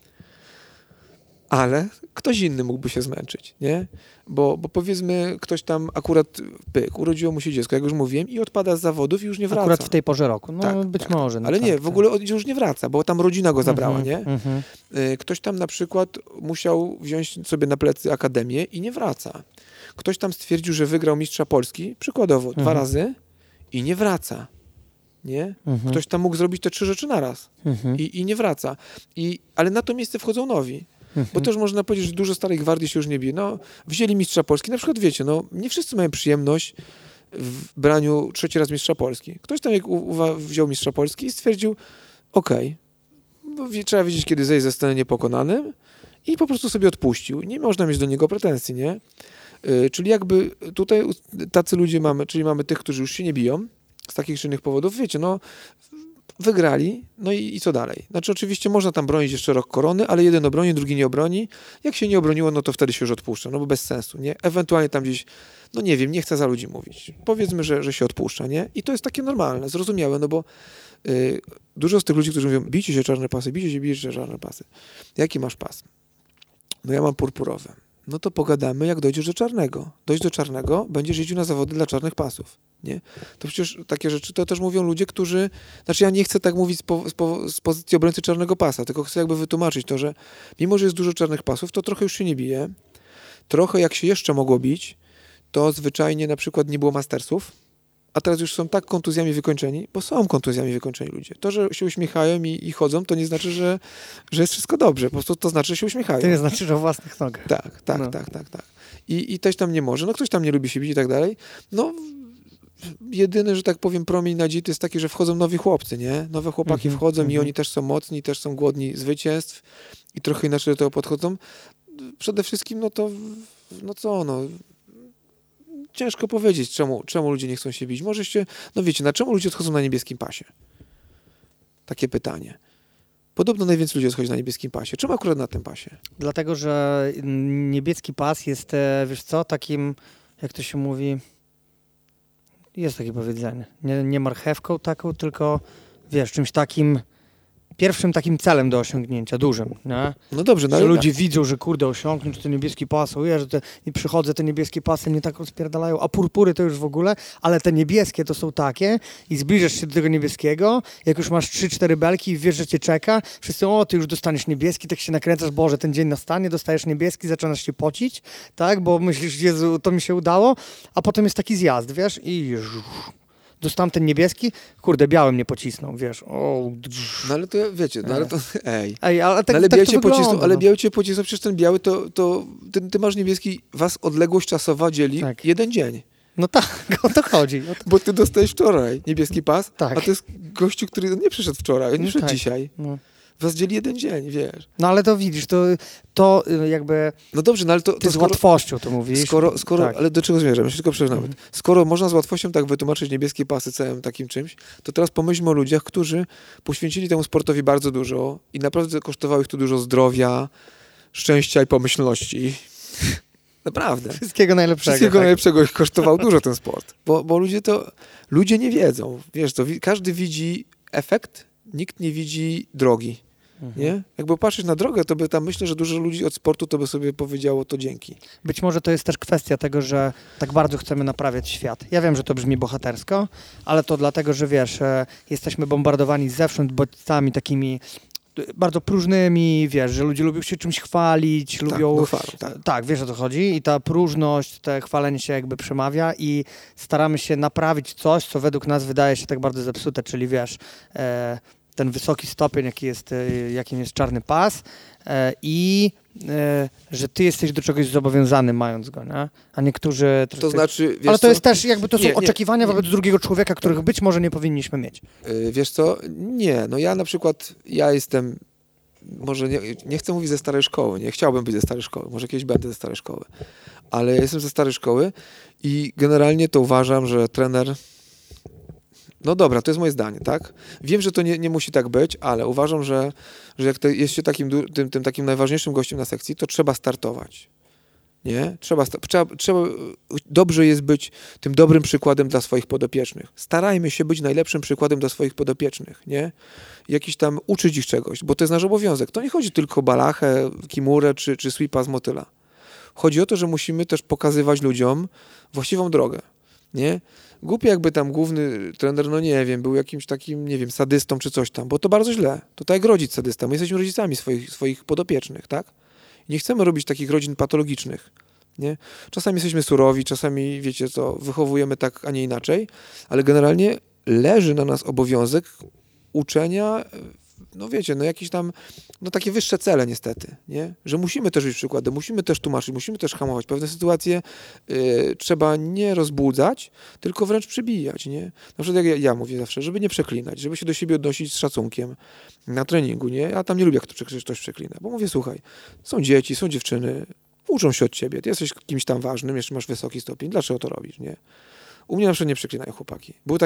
B: ale ktoś inny mógłby się zmęczyć, nie? Bo powiedzmy, ktoś tam akurat urodziło mu się dziecko, jak już mówiłem, i odpada z zawodów i już nie wraca.
A: Akurat w tej porze roku, no
B: tak,
A: być może. No
B: ale
A: tak,
B: nie, w ogóle już nie wraca, bo tam rodzina go zabrała, nie? Ktoś tam na przykład musiał wziąć sobie na plecy akademię i nie wraca. Ktoś tam stwierdził, że wygrał mistrza Polski, przykładowo, 2 razy i nie wraca. Nie? Ktoś tam mógł zrobić te 3 rzeczy naraz i nie wraca. Ale na to miejsce wchodzą nowi. Bo też można powiedzieć, że dużo starej gwardii się już nie bije. No, wzięli mistrza Polski. Na przykład wiecie, no, nie wszyscy mają przyjemność w braniu 3. raz mistrza Polski. Ktoś tam wziął mistrza Polski i stwierdził, trzeba wiedzieć, kiedy zejść ze sceny niepokonanym i po prostu sobie odpuścił. Nie można mieć do niego pretensji, nie? Czyli jakby tutaj tacy ludzie mamy, czyli mamy tych, którzy już się nie biją z takich czy innych powodów. Wiecie, no wygrali, no i co dalej? Znaczy oczywiście można tam bronić jeszcze rok korony, ale jeden obroni, drugi nie obroni. Jak się nie obroniło, no to wtedy się już odpuszcza, no bo bez sensu, nie? Ewentualnie tam gdzieś, no nie wiem, nie chcę za ludzi mówić. Powiedzmy, że się odpuszcza, nie? I to jest takie normalne, zrozumiałe, no bo dużo z tych ludzi, którzy mówią, bijcie się czarne czarne pasy. Jaki masz pas? No ja mam purpurowy. No to pogadamy, jak dojdziesz do czarnego. Dojść do czarnego, będziesz jeździł na zawody dla czarnych pasów, nie? To przecież takie rzeczy, to też mówią ludzie, którzy... Znaczy ja nie chcę tak mówić z pozycji obrońcy czarnego pasa, tylko chcę jakby wytłumaczyć to, że mimo, że jest dużo czarnych pasów, to trochę już się nie bije. Trochę jak się jeszcze mogło bić, to zwyczajnie na przykład nie było mastersów, a teraz już są tak kontuzjami wykończeni, bo są kontuzjami wykończeni ludzie. To, że się uśmiechają i chodzą, to nie znaczy, że jest wszystko dobrze. Po prostu to znaczy, że się uśmiechają.
A: To nie znaczy, że o własnych nogach.
B: Tak. I ktoś tam nie może, no ktoś tam nie lubi się bić i tak dalej. No jedyny, że tak powiem, promień nadziei to jest taki, że wchodzą nowi chłopcy, nie? Nowe chłopaki wchodzą i oni też są mocni, też są głodni zwycięstw i trochę inaczej do tego podchodzą. Przede wszystkim, ciężko powiedzieć, czemu ludzie nie chcą się bić. Może się, no wiecie, czemu ludzie odchodzą na niebieskim pasie? Takie pytanie. Podobno najwięcej ludzi odchodzi na niebieskim pasie. Czemu akurat na tym pasie?
A: Dlatego, że niebieski pas jest, wiesz co, takim, jak to się mówi, jest takie powiedzenie, nie marchewką taką, tylko wiesz, czymś takim, pierwszym takim celem do osiągnięcia, dużym, nie?
B: No dobrze,
A: że ludzie widzą, że kurde, osiągnięć ten niebieski pas, i przychodzę, te niebieskie pasy mnie tak rozpierdalają, a purpury to już w ogóle, ale te niebieskie to są takie i zbliżasz się do tego niebieskiego, jak już masz 3-4 belki i wiesz, że cię czeka, wszyscy, ty już dostaniesz niebieski, tak się nakręcasz, Boże, ten dzień nastanie, dostajesz niebieski, zaczynasz się pocić, tak, bo myślisz, Jezu, to mi się udało, a potem jest taki zjazd, wiesz, i dostałem ten niebieski, kurde, biały mnie pocisnął, wiesz.
B: No ale to wiecie, ale to
A: ale tak,
B: ale
A: tak
B: biały cię
A: wygląda,
B: pocisnął, ale biały cię pocisnął, przecież ten biały to ty masz niebieski, was odległość czasowa dzieli jeden dzień.
A: No tak, o to chodzi.
B: Bo ty dostajesz wczoraj niebieski pas,
A: Tak.
B: a to jest gościu, który nie przyszedł wczoraj, on nie przyszedł
A: tak.
B: dzisiaj.
A: No.
B: Was dzieli jeden dzień, wiesz.
A: No ale to widzisz, to jakby
B: No dobrze, no ale to
A: ty z
B: skoro,
A: łatwością to mówisz.
B: tak. Ale do czego zmierzam? Ja się tylko przepraszam.
A: Mhm.
B: Skoro można z łatwością tak wytłumaczyć niebieskie pasy całym takim czymś, to teraz pomyślmy o ludziach, którzy poświęcili temu sportowi bardzo dużo i naprawdę kosztowało ich to dużo zdrowia, szczęścia i pomyślności. Naprawdę.
A: Wszystkiego najlepszego.
B: Wszystkiego
A: tak.
B: najlepszego ich kosztował dużo ten sport. Bo ludzie nie wiedzą. Wiesz, każdy widzi efekt, nikt nie widzi drogi. Nie? Jakby patrzeć na drogę, to by tam myślę, że dużo ludzi od sportu to by sobie powiedziało to dzięki.
A: Być może to jest też kwestia tego, że tak bardzo chcemy naprawiać świat. Ja wiem, że to brzmi bohatersko, ale to dlatego, że wiesz, jesteśmy bombardowani zewsząd bodźcami takimi bardzo próżnymi, wiesz, że ludzie lubią się czymś chwalić, lubią...
B: No chwalą, tak.
A: Tak, wiesz o co chodzi i ta próżność, te chwalenie się jakby przemawia i staramy się naprawić coś, co według nas wydaje się tak bardzo zepsute, czyli wiesz, ten wysoki stopień, jakim jest czarny pas i że ty jesteś do czegoś zobowiązany mając go, nie? A niektórzy...
B: To znaczy, wiesz
A: ale to
B: co?
A: jest też jakby to są
B: Nie,
A: oczekiwania wobec drugiego człowieka, których być może nie powinniśmy mieć.
B: Wiesz co? Nie, no ja na przykład, ja jestem, może nie chcę mówić ze starej szkoły, nie chciałbym być ze starej szkoły, może kiedyś będę ze starej szkoły, ale ja jestem ze starej szkoły i generalnie to uważam, że trener... No dobra, to jest moje zdanie, tak? Wiem, że to nie musi tak być, ale uważam, że jak jest się tym takim najważniejszym gościem na sekcji, to trzeba startować. Nie? Trzeba dobrze jest być tym dobrym przykładem dla swoich podopiecznych. Starajmy się być najlepszym przykładem dla swoich podopiecznych, nie? Jakiś tam uczyć ich czegoś, bo to jest nasz obowiązek. To nie chodzi tylko o balachę, kimurę czy sweepa z motyla. Chodzi o to, że musimy też pokazywać ludziom właściwą drogę, nie? Głupie jakby tam główny trener, no nie wiem, był jakimś takim, nie wiem, sadystą czy coś tam, bo to bardzo źle. To tak jak rodzic sadysta. My jesteśmy rodzicami swoich podopiecznych, tak? I nie chcemy robić takich rodzin patologicznych, nie? Czasami jesteśmy surowi, czasami, wiecie co, wychowujemy tak, a nie inaczej, ale generalnie leży na nas obowiązek uczenia, no wiecie, no jakieś tam, no takie wyższe cele niestety, nie? Że musimy też być przykładem, musimy też tłumaczyć, musimy też hamować. Pewne sytuacje trzeba nie rozbudzać, tylko wręcz przybijać, nie? Na przykład jak ja mówię zawsze, żeby nie przeklinać, żeby się do siebie odnosić z szacunkiem na treningu, nie? Ja tam nie lubię, jak ktoś przeklina, bo mówię, słuchaj, są dzieci, są dziewczyny, uczą się od ciebie, ty jesteś kimś tam ważnym, jeszcze masz wysoki stopień, dlaczego to robisz, nie? U mnie na przykład nie przeklinają chłopaki. Był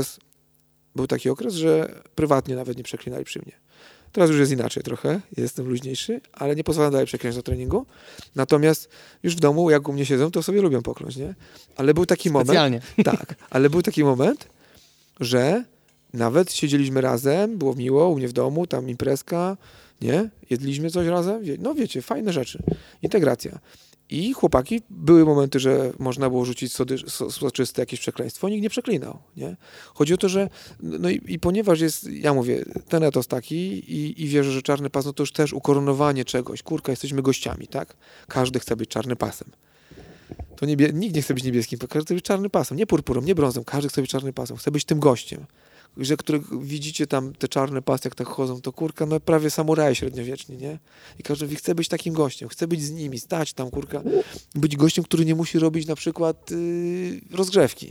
B: taki okres, że prywatnie nawet nie przeklinali przy mnie. Teraz już jest inaczej trochę, jestem luźniejszy, ale nie pozwalam dalej przeklinać do treningu. Natomiast już w domu, jak u mnie siedzą, to sobie lubią pokląć, nie? Ale był taki
A: Specjalnie.
B: moment... Tak, ale był taki moment, że nawet siedzieliśmy razem, było miło, u mnie w domu, tam imprezka, nie? Jedliśmy coś razem, no wiecie, fajne rzeczy. Integracja. I chłopaki, były momenty, że można było rzucić soczyste jakieś przekleństwo, nikt nie przeklinał, nie? Chodzi o to, że, no i ponieważ jest, ja mówię, ten etos taki i wierzę, że czarny pas, no to już też ukoronowanie czegoś, kurka, jesteśmy gościami, tak? Każdy chce być czarnym pasem. To nikt nie chce być niebieskim, każdy chce być czarnym pasem, nie purpurą, nie brązem, każdy chce być czarnym pasem, chce być tym gościem. Których widzicie tam te czarne pasy, jak tak chodzą, to kurka, no prawie samuraje średniowieczni, nie? I każdy mówi, chce być takim gościem, chce być z nimi, stać tam, kurka, być gościem, który nie musi robić na przykład rozgrzewki.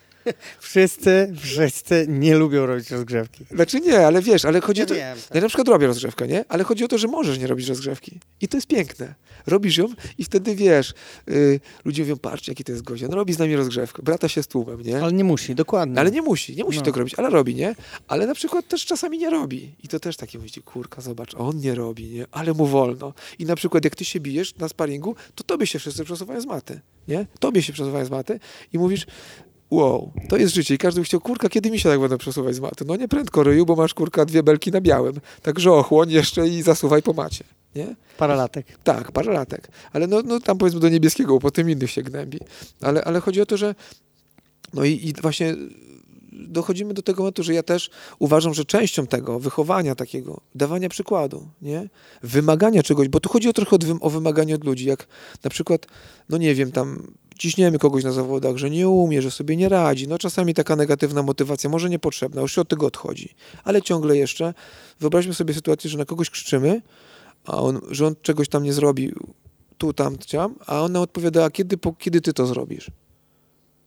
A: Wszyscy nie lubią robić rozgrzewki.
B: Znaczy nie, ale wiesz, ale chodzi o to...
A: Wiem, tak.
B: Ja na przykład robię rozgrzewkę, nie? Ale chodzi o to, że możesz nie robić rozgrzewki. I to jest piękne. Robisz ją i wtedy wiesz, ludzie mówią, patrzcie, jaki to jest gość, on robi z nami rozgrzewkę, brata się z tłumem, nie?
A: Ale nie musi, dokładnie.
B: Ale nie musi
A: No.
B: tego robić, ale robi, nie? Ale na przykład też czasami nie robi. I to też takie mówicie, kurka, zobacz, on nie robi, nie? Ale mu wolno. I na przykład jak ty się bijesz na sparingu, to tobie się wszyscy przesuwają z maty, nie? Tobie się przesuwają z maty i mówisz, wow, to jest życie. I każdy by chciał, kurka, kiedy mi się tak będą przesuwać z maty? No nie prędko, ryju, bo masz, kurka, 2 belki na białym. Także ochłoń jeszcze i zasuwaj po macie, nie?
A: Paralatek.
B: Tak, paralatek. Ale no tam powiedzmy do niebieskiego, bo potem innych się gnębi. Ale chodzi o to, że no i właśnie dochodzimy do tego momentu, że ja też uważam, że częścią tego wychowania takiego, dawania przykładu, nie? Wymagania czegoś, bo tu chodzi trochę o wymaganie od ludzi, jak na przykład, no nie wiem, tam ciśniemy kogoś na zawodach, że nie umie, że sobie nie radzi, no czasami taka negatywna motywacja może niepotrzebna, już się od tego odchodzi, ale ciągle jeszcze wyobraźmy sobie sytuację, że na kogoś krzyczymy, że on czegoś tam nie zrobił, tu, tam, a on nam odpowiada, a kiedy ty to zrobisz?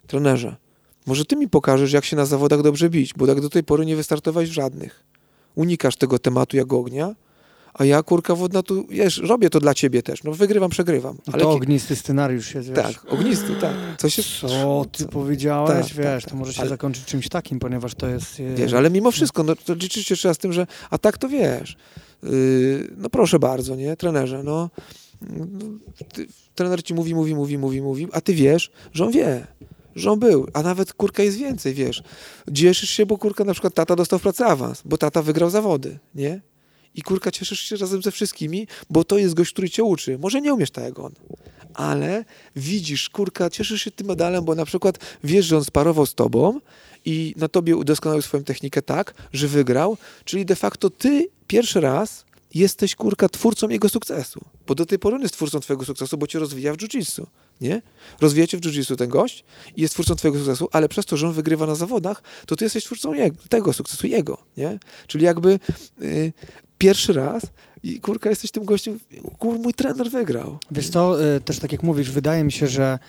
B: trenerze, może ty mi pokażesz, jak się na zawodach dobrze bić, bo jak do tej pory nie wystartowałeś w żadnych. Unikasz tego tematu jak ognia, a ja, kurka wodna, tu, wiesz, robię to dla ciebie też. No wygrywam, przegrywam.
A: Ale to ognisty scenariusz jest, wiesz.
B: Tak, ognisty, tak.
A: Co ty powiedziałeś,
B: tak,
A: wiesz,
B: tak,
A: to może się zakończyć czymś takim, ponieważ to jest...
B: Wiesz, ale mimo wszystko, no to liczycie trzeba z tym, że a tak to wiesz. No proszę bardzo, nie, trenerze, no. Trener ci mówi, a ty wiesz, że on wie. Że on był, a nawet, kurka, jest więcej, wiesz. Cieszysz się, bo, kurka, na przykład tata dostał w pracy awans, bo tata wygrał zawody, nie? I, kurka, cieszysz się razem ze wszystkimi, bo to jest gość, który cię uczy. Może nie umiesz tak jak on, ale widzisz, kurka, cieszysz się tym medalem, bo na przykład wiesz, że on sparował z tobą i na tobie udoskonalił swoją technikę tak, że wygrał, czyli de facto ty pierwszy raz jesteś, kurka, twórcą jego sukcesu. Bo do tej pory on jest twórcą twojego sukcesu, bo cię rozwija w jiu-jitsu, nie? Rozwija cię w jiu-jitsu ten gość i jest twórcą twojego sukcesu, ale przez to, że on wygrywa na zawodach, to ty jesteś twórcą tego sukcesu, jego, nie? Czyli jakby pierwszy raz i, kurka, jesteś tym gościem, mój trener wygrał.
A: Wiesz co, też tak jak mówisz, wydaje mi się, że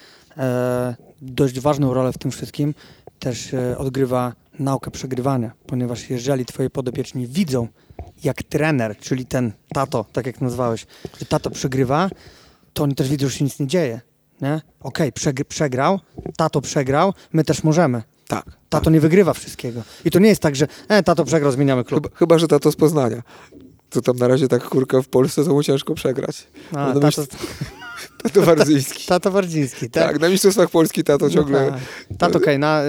A: dość ważną rolę w tym wszystkim też odgrywa nauka przegrywania, ponieważ jeżeli twoi podopieczni widzą, jak trener, czyli ten tato, tak jak nazwałeś, że tato przegrywa, to oni też widzą, że się nic nie dzieje. Nie? Okej, przegrał, tato przegrał, my też możemy.
B: Tak.
A: Tato nie wygrywa wszystkiego. I to nie jest tak, że tato przegrał, zmieniamy klub.
B: Chyba, że tato z Poznania. To tam na razie tak, kurka, w Polsce to mu ciężko przegrać. Tato Wardzyński.
A: Tato Wardzyński, tak?
B: Tak, na Mistrzostwach Polski tato ciągle...
A: Tato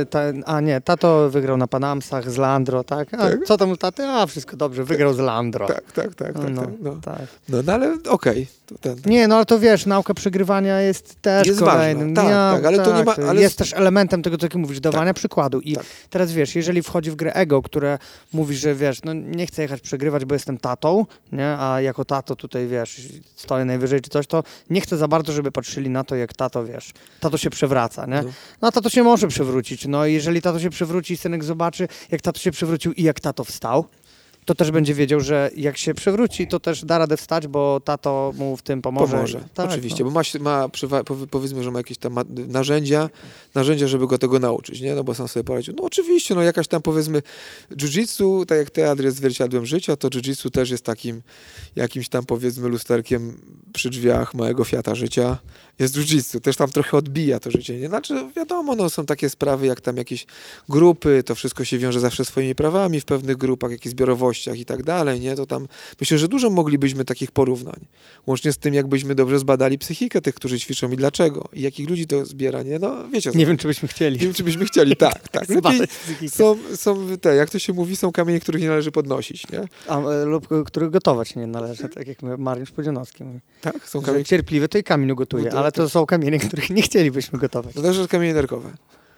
A: tato wygrał na Panamsach z Leandro, tak?
B: Tak?
A: Co tam u taty? wszystko dobrze, wygrał z Leandro.
B: Tak.
A: Tak.
B: No ale okej.
A: Nie, no ale to wiesz, nauka przegrywania jest też
B: jest
A: kolejnym.
B: Ważna. Tak, ale to nie ma... Ale...
A: Jest też elementem tego, co ty mówisz, dawania przykładu. I teraz wiesz, jeżeli wchodzi w grę ego, które mówi, że wiesz, no nie chcę jechać przegrywać, bo jestem tatą, nie? A jako tato tutaj, wiesz, stoję najwyżej czy coś, to nie chcę za bardzo, żeby patrzyli na to, jak tato, wiesz, tato się przewraca, nie? No tato się może przewrócić, no i jeżeli tato się przewróci i synek zobaczy, jak tato się przewrócił i jak tato wstał, to też będzie wiedział, że jak się przewróci, to też da radę wstać, bo tato mu w tym pomoże. Tak,
B: oczywiście, bo powiedzmy, że ma jakieś tam narzędzia, żeby go tego nauczyć, nie? No bo sam sobie poradził. No oczywiście, no jakaś tam, powiedzmy, jiu-jitsu, tak jak teatr jest zwierciadłem życia, to jiu-jitsu też jest takim jakimś tam, powiedzmy, lusterkiem przy drzwiach małego Fiata życia. Jest jiu-jitsu, też tam trochę odbija to życie, nie? Znaczy, wiadomo, no są takie sprawy, jak tam jakieś grupy, to wszystko się wiąże zawsze swoimi prawami w pewnych grupach, jakichś zbiorowościach i tak dalej, nie? To tam, myślę, że dużo moglibyśmy takich porównań. Łącznie z tym, jakbyśmy dobrze zbadali psychikę tych, którzy ćwiczą i dlaczego. I jakich ludzi to zbiera, nie? No, wiecie.
A: Nie wiem, czy byśmy chcieli.
B: Nie wiem, czy byśmy chcieli, tak. Lepiej są te, jak to się mówi, są kamienie, których nie należy podnosić, nie?
A: Lub których gotować nie należy, tak jak Mariusz Podzianowski mówi.
B: Tak, są kamienie.
A: Cierpliwy to i kamień ugotuje, ale to są kamienie, których nie chcielibyśmy gotować.
B: To też kamienie nerkowe.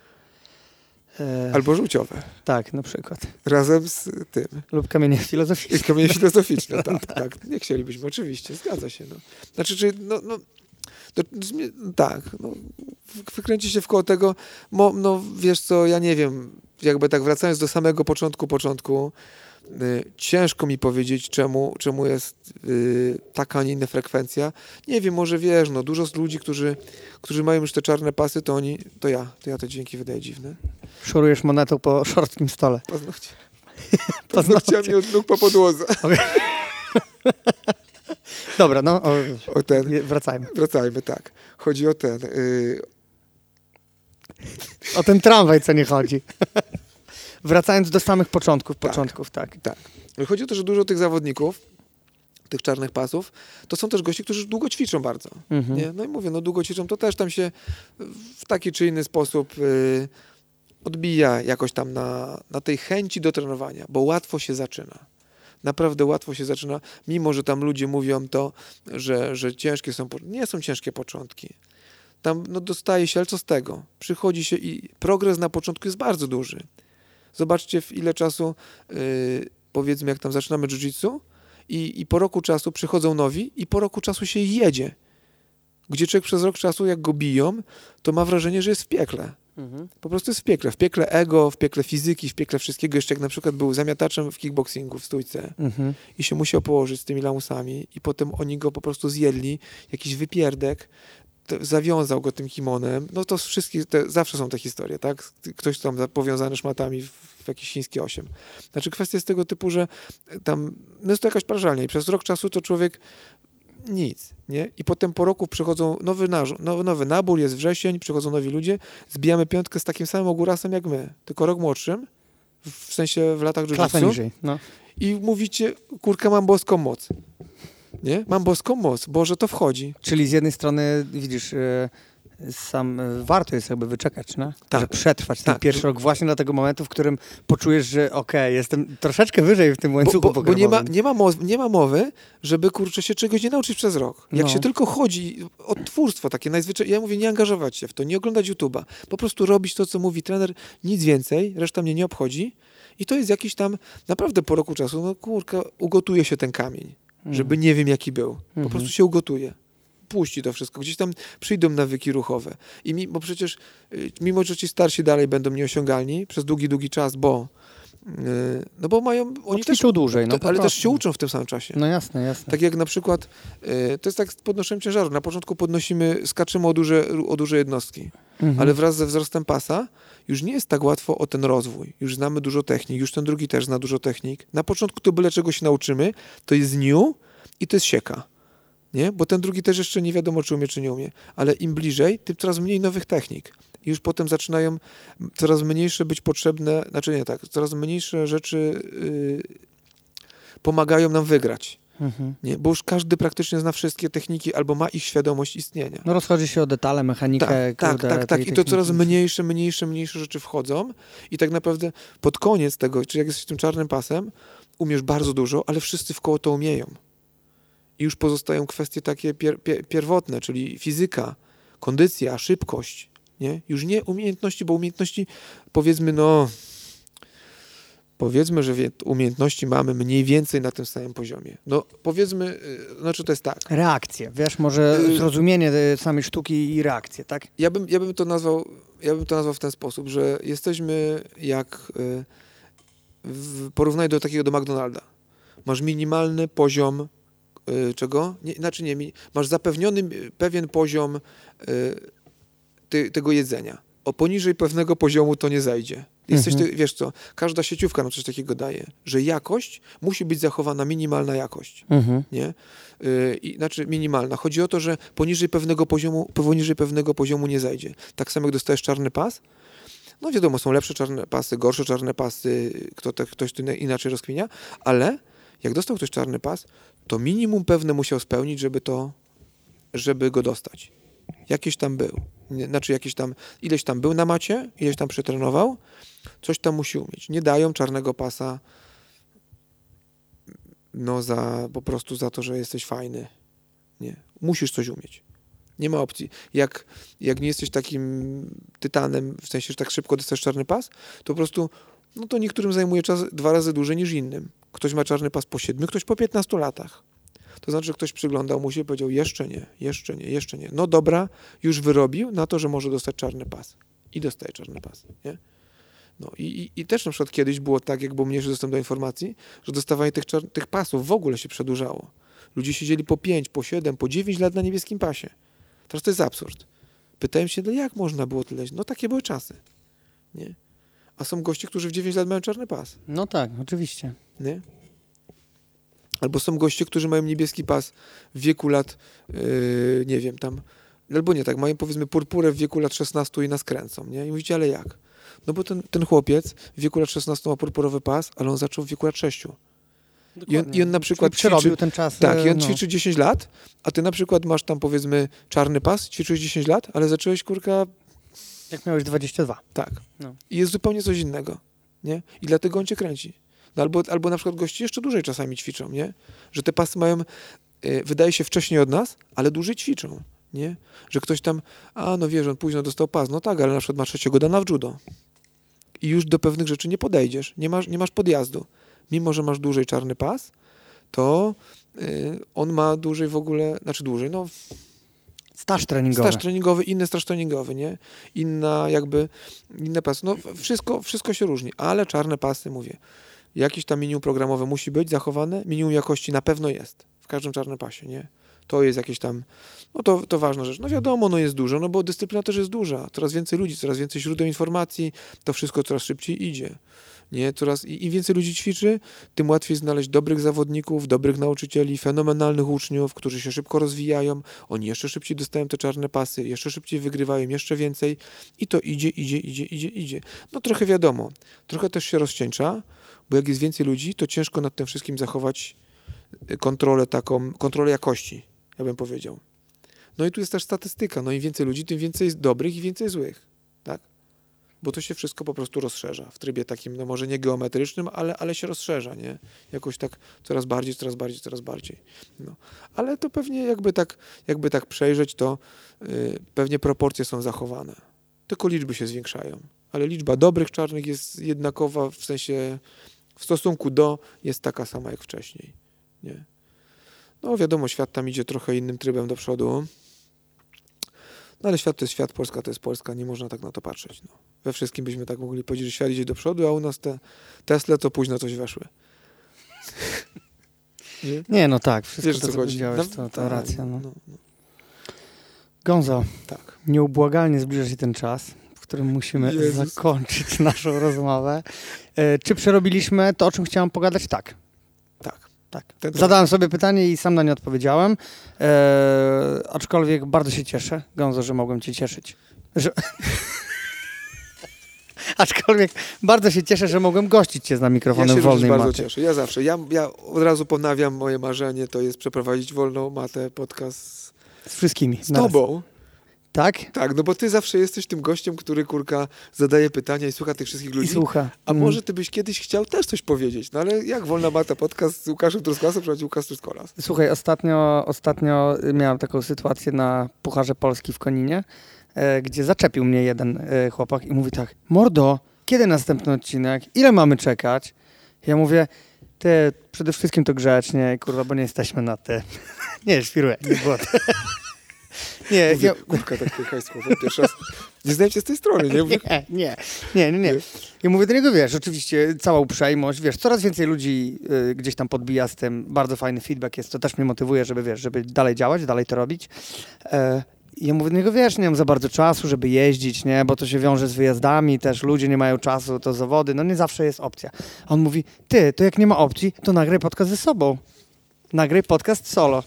B: Albo żółciowe.
A: Tak, na przykład.
B: Razem z tym.
A: Lub kamienie filozoficzne.
B: Kamienie filozoficzne, tak. Nie chcielibyśmy, oczywiście, zgadza się. No. Znaczy, wykręci się w koło tego, wiesz co, ja nie wiem, jakby tak wracając do samego początku, ciężko mi powiedzieć, czemu jest taka, a nie inna frekwencja. Nie wiem, może wiesz, dużo z ludzi, którzy mają już te czarne pasy, to ja te dźwięki wydaję dziwne.
A: Szorujesz monetą po szorstkim stole.
B: Paznokciami od nóg po podłodze.
A: Dobra, wracajmy.
B: Wracajmy, tak. Chodzi o ten...
A: O ten tramwaj, co nie chodzi. Wracając do samych początków, tak.
B: Chodzi o to, że dużo tych zawodników, tych czarnych pasów, to są też goście, którzy długo ćwiczą bardzo. Nie? No i mówię, długo ćwiczą, to też tam się w taki czy inny sposób odbija jakoś tam na tej chęci do trenowania, bo łatwo się zaczyna. Naprawdę łatwo się zaczyna, mimo że tam ludzie mówią to, że ciężkie są, nie są ciężkie początki. Tam dostaje się, ale co z tego? Przychodzi się i progres na początku jest bardzo duży. Zobaczcie, w ile czasu, powiedzmy, jak tam zaczynamy jiu-jitsu i po roku czasu przychodzą nowi i po roku czasu się jedzie. Gdzie człowiek przez rok czasu, jak go biją, to ma wrażenie, że jest w piekle. Po prostu jest w piekle. W piekle ego, w piekle fizyki, w piekle wszystkiego. Jeszcze jak na przykład był zamiataczem w kickboxingu, w stójce i się musiał położyć z tymi lamusami i potem oni go po prostu zjedli, jakiś wypierdek. zawiązał go tym kimonem, no to wszystkie, zawsze są te historie, tak? Ktoś tam powiązany szmatami w jakieś chińskie 8. Znaczy kwestia jest tego typu, że tam, no jest to jakaś parażalnia i przez rok czasu to człowiek nic, nie? I potem po roku przychodzą nowy nabór, jest wrzesień, przychodzą nowi ludzie, zbijamy piątkę z takim samym ogórasem jak my, tylko rok młodszym, w sensie w latach jiu-jitsu.
A: No.
B: I mówicie, kurka, mam boską moc. Nie? Mam boską moc, Boże, to wchodzi.
A: Czyli z jednej strony, widzisz, warto jest jakby wyczekać, no?
B: Tak.
A: Że przetrwać ten pierwszy rok właśnie do tego momentu, w którym poczujesz, że jestem troszeczkę wyżej w tym łańcuchu pokarmowym.
B: Bo nie ma mowy, żeby, kurczę, się czegoś nie nauczyć przez rok. Jak się tylko chodzi o twórstwo takie najzwyczajniej, ja mówię, nie angażować się w to, nie oglądać YouTube'a, po prostu robić to, co mówi trener, nic więcej, reszta mnie nie obchodzi i to jest jakiś tam, naprawdę po roku czasu, no kurka, ugotuje się ten kamień, żeby nie wiem jaki był. Po prostu się ugotuje. Puści to wszystko. Gdzieś tam przyjdą nawyki ruchowe. Bo przecież, mimo że ci starsi dalej będą nieosiągalni przez długi czas, bo mają... Oni też
A: dłużej.
B: ale też się uczą w tym samym czasie.
A: No jasne.
B: Tak jak na przykład, to jest tak z podnoszeniem ciężaru. Na początku skaczymy o duże jednostki, ale wraz ze wzrostem pasa już nie jest tak łatwo o ten rozwój. Już znamy dużo technik, już ten drugi też zna dużo technik. Na początku to byle czego się nauczymy, to jest new i to jest sieka. Nie? Bo ten drugi też jeszcze nie wiadomo, czy umie, czy nie umie. Ale im bliżej, tym coraz mniej nowych technik. I już potem zaczynają coraz mniejsze być potrzebne, coraz mniejsze rzeczy pomagają nam wygrać. Nie? Bo już każdy praktycznie zna wszystkie techniki albo ma ich świadomość istnienia.
A: No rozchodzi się o detale, mechanikę.
B: Tak. I to coraz mniejsze rzeczy wchodzą i tak naprawdę pod koniec tego, czyli jak jesteś tym czarnym pasem, umiesz bardzo dużo, ale wszyscy wkoło to umieją. I już pozostają kwestie takie pierwotne, czyli fizyka, kondycja, szybkość. Nie? Już nie umiejętności, bo umiejętności powiedzmy, że umiejętności mamy mniej więcej na tym samym poziomie. No powiedzmy, to jest tak.
A: Reakcje, wiesz, może zrozumienie samej sztuki i reakcje, tak?
B: Ja bym to nazwał w ten sposób, że jesteśmy jak w porównaniu do McDonalda. Masz minimalny poziom czego? Masz zapewniony pewien poziom tego jedzenia. Poniżej pewnego poziomu to nie zajdzie. Wiesz co, każda sieciówka nam coś takiego daje, że jakość musi być zachowana, minimalna jakość. Nie? Minimalna. Chodzi o to, że poniżej pewnego poziomu nie zajdzie. Tak samo jak dostajesz czarny pas, no wiadomo, są lepsze czarne pasy, gorsze czarne pasy, ktoś to inaczej rozkminia, ale jak dostał ktoś czarny pas, to minimum pewne musiał spełnić, żeby go dostać. Jakiś tam był. Ileś tam był na macie, ileś tam przetrenował, coś tam musi umieć. Nie dają czarnego pasa po prostu za to, że jesteś fajny. Nie. Musisz coś umieć. Nie ma opcji. Jak nie jesteś takim tytanem, w sensie, że tak szybko dostajesz czarny pas, to po prostu, to niektórym zajmuje czas 2 razy dłużej niż innym. Ktoś ma czarny pas po 7, ktoś po 15 latach. To znaczy, że ktoś przyglądał mu się i powiedział, jeszcze nie. No dobra, już wyrobił na to, że może dostać czarny pas. I dostaje czarny pas. Nie? No i też na przykład kiedyś było tak, jak był mniejszy dostęp do informacji, że dostawanie tych pasów w ogóle się przedłużało. Ludzie siedzieli po 5, po 7, po 9 lat na niebieskim pasie. Teraz to jest absurd. Pytałem się, jak można było tyle? No takie były czasy. Nie? A są goście, którzy w 9 lat mają czarny pas.
A: No tak, oczywiście.
B: Nie? Albo są goście, którzy mają niebieski pas w wieku lat, albo nie tak, mają powiedzmy purpurę w wieku lat 16 i nas kręcą, nie? I mówicie, ale jak? No bo ten chłopiec w wieku lat 16 ma purpurowy pas, ale on zaczął w wieku lat 6. I on na przykład
A: przerobił ten czas.
B: Tak, i on ćwiczy 10 lat, a ty na przykład masz tam powiedzmy czarny pas, ćwiczyłeś 10 lat, ale zacząłeś, kurka...
A: Jak miałeś 22.
B: Tak. No. I jest zupełnie coś innego, nie? I dlatego on cię kręci. No albo na przykład goście jeszcze dłużej czasami ćwiczą, nie? Że te pasy mają, wydaje się wcześniej od nas, ale dłużej ćwiczą, nie? Że ktoś tam, wiesz, on późno dostał pas, no tak, ale na przykład ma 3 dana w judo. I już do pewnych rzeczy nie podejdziesz, nie masz podjazdu. Mimo że masz dłużej czarny pas, to on ma dłużej w ogóle,
A: Staż treningowy.
B: Staż treningowy, inny staż treningowy, nie? Inne pasy. No wszystko się różni, ale czarne pasy, mówię, jakiś tam minimum programowe musi być zachowane, minimum jakości na pewno jest. W każdym czarnym pasie, nie? To jest jakieś tam, no to ważna rzecz. No wiadomo, no jest dużo, no bo dyscyplina też jest duża. Coraz więcej ludzi, coraz więcej źródeł informacji, to wszystko coraz szybciej idzie. Nie? Im więcej ludzi ćwiczy, tym łatwiej znaleźć dobrych zawodników, dobrych nauczycieli, fenomenalnych uczniów, którzy się szybko rozwijają. Oni jeszcze szybciej dostają te czarne pasy, jeszcze szybciej wygrywają, jeszcze więcej. I to idzie. No trochę wiadomo, trochę też się rozcieńcza, bo jak jest więcej ludzi, to ciężko nad tym wszystkim zachować kontrolę jakości, ja bym powiedział. No i tu jest też statystyka. No im więcej ludzi, tym więcej jest dobrych i więcej złych. Tak? Bo to się wszystko po prostu rozszerza w trybie takim, no może nie geometrycznym, ale się rozszerza, nie? Jakoś tak coraz bardziej. No. Ale to pewnie jakby tak przejrzeć, to pewnie proporcje są zachowane. Tylko liczby się zwiększają. Ale liczba dobrych czarnych jest jednakowa, w sensie w stosunku do jest taka sama jak wcześniej. Nie? No wiadomo, świat tam idzie trochę innym trybem do przodu. No ale świat to jest świat, Polska to jest Polska, nie można tak na to patrzeć. No. We wszystkim byśmy tak mogli powiedzieć, że świat idzie do przodu, a u nas te Tesla to późno coś weszły.
A: Nie, no tak, wszystko
B: wiesz,
A: to, co powiedziałeś, to racja. No. Gonzo, tak. Nieubłagalnie zbliża się ten czas, w którym musimy zakończyć naszą rozmowę. Czy przerobiliśmy to, o czym chciałem pogadać? Tak. Zadałem sobie pytanie i sam na nie odpowiedziałem. Aczkolwiek bardzo się cieszę, Gonzo, że mogłem cię cieszyć. Aczkolwiek bardzo się cieszę, że mogłem gościć cię na mikrofonem Wolnej Maty.
B: Ja się bardzo cieszę. Ja zawsze. Ja od razu ponawiam moje marzenie, to jest przeprowadzić Wolną Matę podcast
A: z wszystkimi.
B: Z tobą.
A: Tak?
B: Tak, no bo ty zawsze jesteś tym gościem, który, kurka, zadaje pytania i słucha tych wszystkich ludzi.
A: I słucha.
B: A może ty byś kiedyś chciał też coś powiedzieć? No ale jak Wolna Mata podcast z Łukaszem Truskolassem prowadzi Łukasz Truskolas?
A: Słuchaj, ostatnio miałem taką sytuację na Pucharze Polski w Koninie, gdzie zaczepił mnie jeden chłopak i mówi tak: mordo, kiedy następny odcinek? Ile mamy czekać? Ja mówię: ty, przede wszystkim to grzecznie, kurwa, bo nie jesteśmy na ty. Nie, świruję, nie było. Nie,
B: mówię, kurka, tak hajsko, pierwszy raz. Nie znałem cię z tej strony, nie?
A: Nie. Ja mówię do niego, wiesz, oczywiście cała uprzejmość, wiesz, coraz więcej ludzi gdzieś tam podbija z tym, bardzo fajny feedback jest, to też mnie motywuje, żeby, wiesz, żeby dalej działać, dalej to robić. I ja mówię do niego, wiesz, nie mam za bardzo czasu, żeby jeździć, nie, bo to się wiąże z wyjazdami, też ludzie nie mają czasu, to zawody, no nie zawsze jest opcja. A on mówi: ty, to jak nie ma opcji, to nagraj podcast ze sobą. Nagraj podcast solo.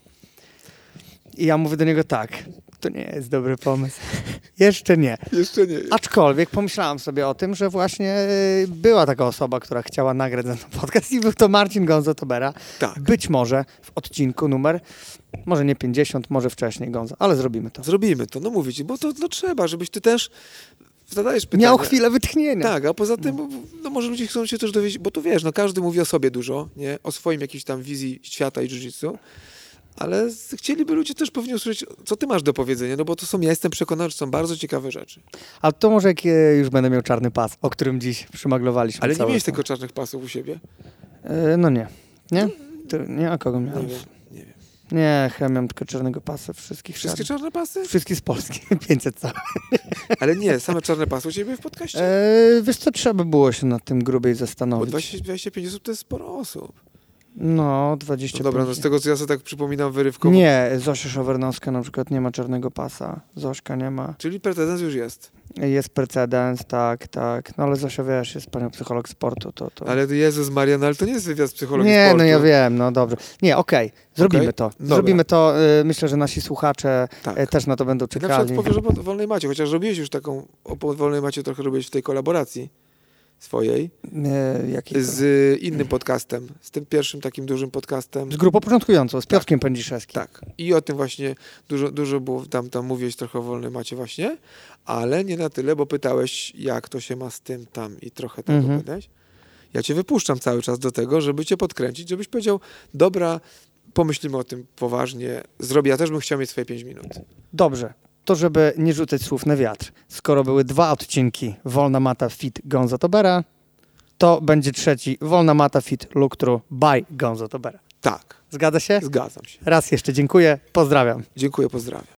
A: I ja mówię do niego: tak, to nie jest dobry pomysł. Jeszcze nie. Aczkolwiek pomyślałem sobie o tym, że właśnie była taka osoba, która chciała nagrać ten podcast i był to Marcin Gonzo Tobera.
B: Tak.
A: Być może w odcinku numer, może nie 50, może wcześniej, Gonzo, ale zrobimy to.
B: Zrobimy to, no mówię ci, bo to trzeba, żebyś ty też zadajesz pytania.
A: Miał chwilę wytchnienia.
B: Tak, a poza tym, no może ludzie chcą się też dowiedzieć, bo to wiesz, no każdy mówi o sobie dużo, nie? O swoim jakiejś tam wizji świata i jiu-jitsu. Ale chcieliby ludzie też pewnie usłyszeć, co ty masz do powiedzenia, no bo ja jestem przekonany, że są bardzo ciekawe rzeczy.
A: A to może jak już będę miał czarny pas, o którym dziś przymaglowaliśmy.
B: Ale nie miałeś tylko czarnych pasów u siebie?
A: No nie. Nie? Nie, a kogo miałem?
B: Nie wiem.
A: Nie, chyba miałem tylko czarnego pasa wszystkich.
B: Wszystkie czarne pasy?
A: Wszystkie z Polski, 500 całe.
B: Ale nie, same czarne pasy u ciebie w podcaście?
A: Wiesz co, trzeba było się nad tym grubiej zastanowić.
B: Bo 25 osób to jest sporo osób.
A: No, 25.
B: No dobra, no z tego co ja sobie tak przypominam wyrywkowo.
A: Nie, Zosia Szowernowska na przykład nie ma czarnego pasa. Zośka nie ma.
B: Czyli precedens już jest.
A: Jest precedens, tak. No ale Zosia, wiesz, jest panią psycholog sportu. To...
B: Ale Jezus Maria, no ale to nie jest wywiad z psychologiem
A: sportu.
B: Nie,
A: no ja wiem, no dobrze. Nie, okej. Zrobimy to.
B: Dobra.
A: Zrobimy to. Myślę, że nasi słuchacze też na to będą czekali.
B: Na przykład powiesz o Wolnej Macie, chociaż robiłeś już taką, o Wolnej Macie trochę robiłeś w tej kolaboracji swojej. Z innym podcastem. Z tym pierwszym takim dużym podcastem.
A: Z grupą początkującą, z Piotrkiem Pędziszewskim.
B: Tak. I o tym właśnie dużo było, tam mówiłeś trochę o Wolnej Macie właśnie, ale nie na tyle, bo pytałeś, jak to się ma z tym tam i trochę tam pytałeś. Ja cię wypuszczam cały czas do tego, żeby cię podkręcić, żebyś powiedział: dobra, pomyślimy o tym poważnie, zrobię. Ja też bym chciał mieć swoje 5 minut.
A: Dobrze. To żeby nie rzucać słów na wiatr. Skoro były 2 odcinki Wolna Mata Fit Gonzo Tobera, to będzie trzeci Wolna Mata Fit Luktru by Gonzo Tobera.
B: Tak.
A: Zgadza się?
B: Zgadzam się.
A: Raz jeszcze dziękuję, pozdrawiam.
B: Dziękuję, pozdrawiam.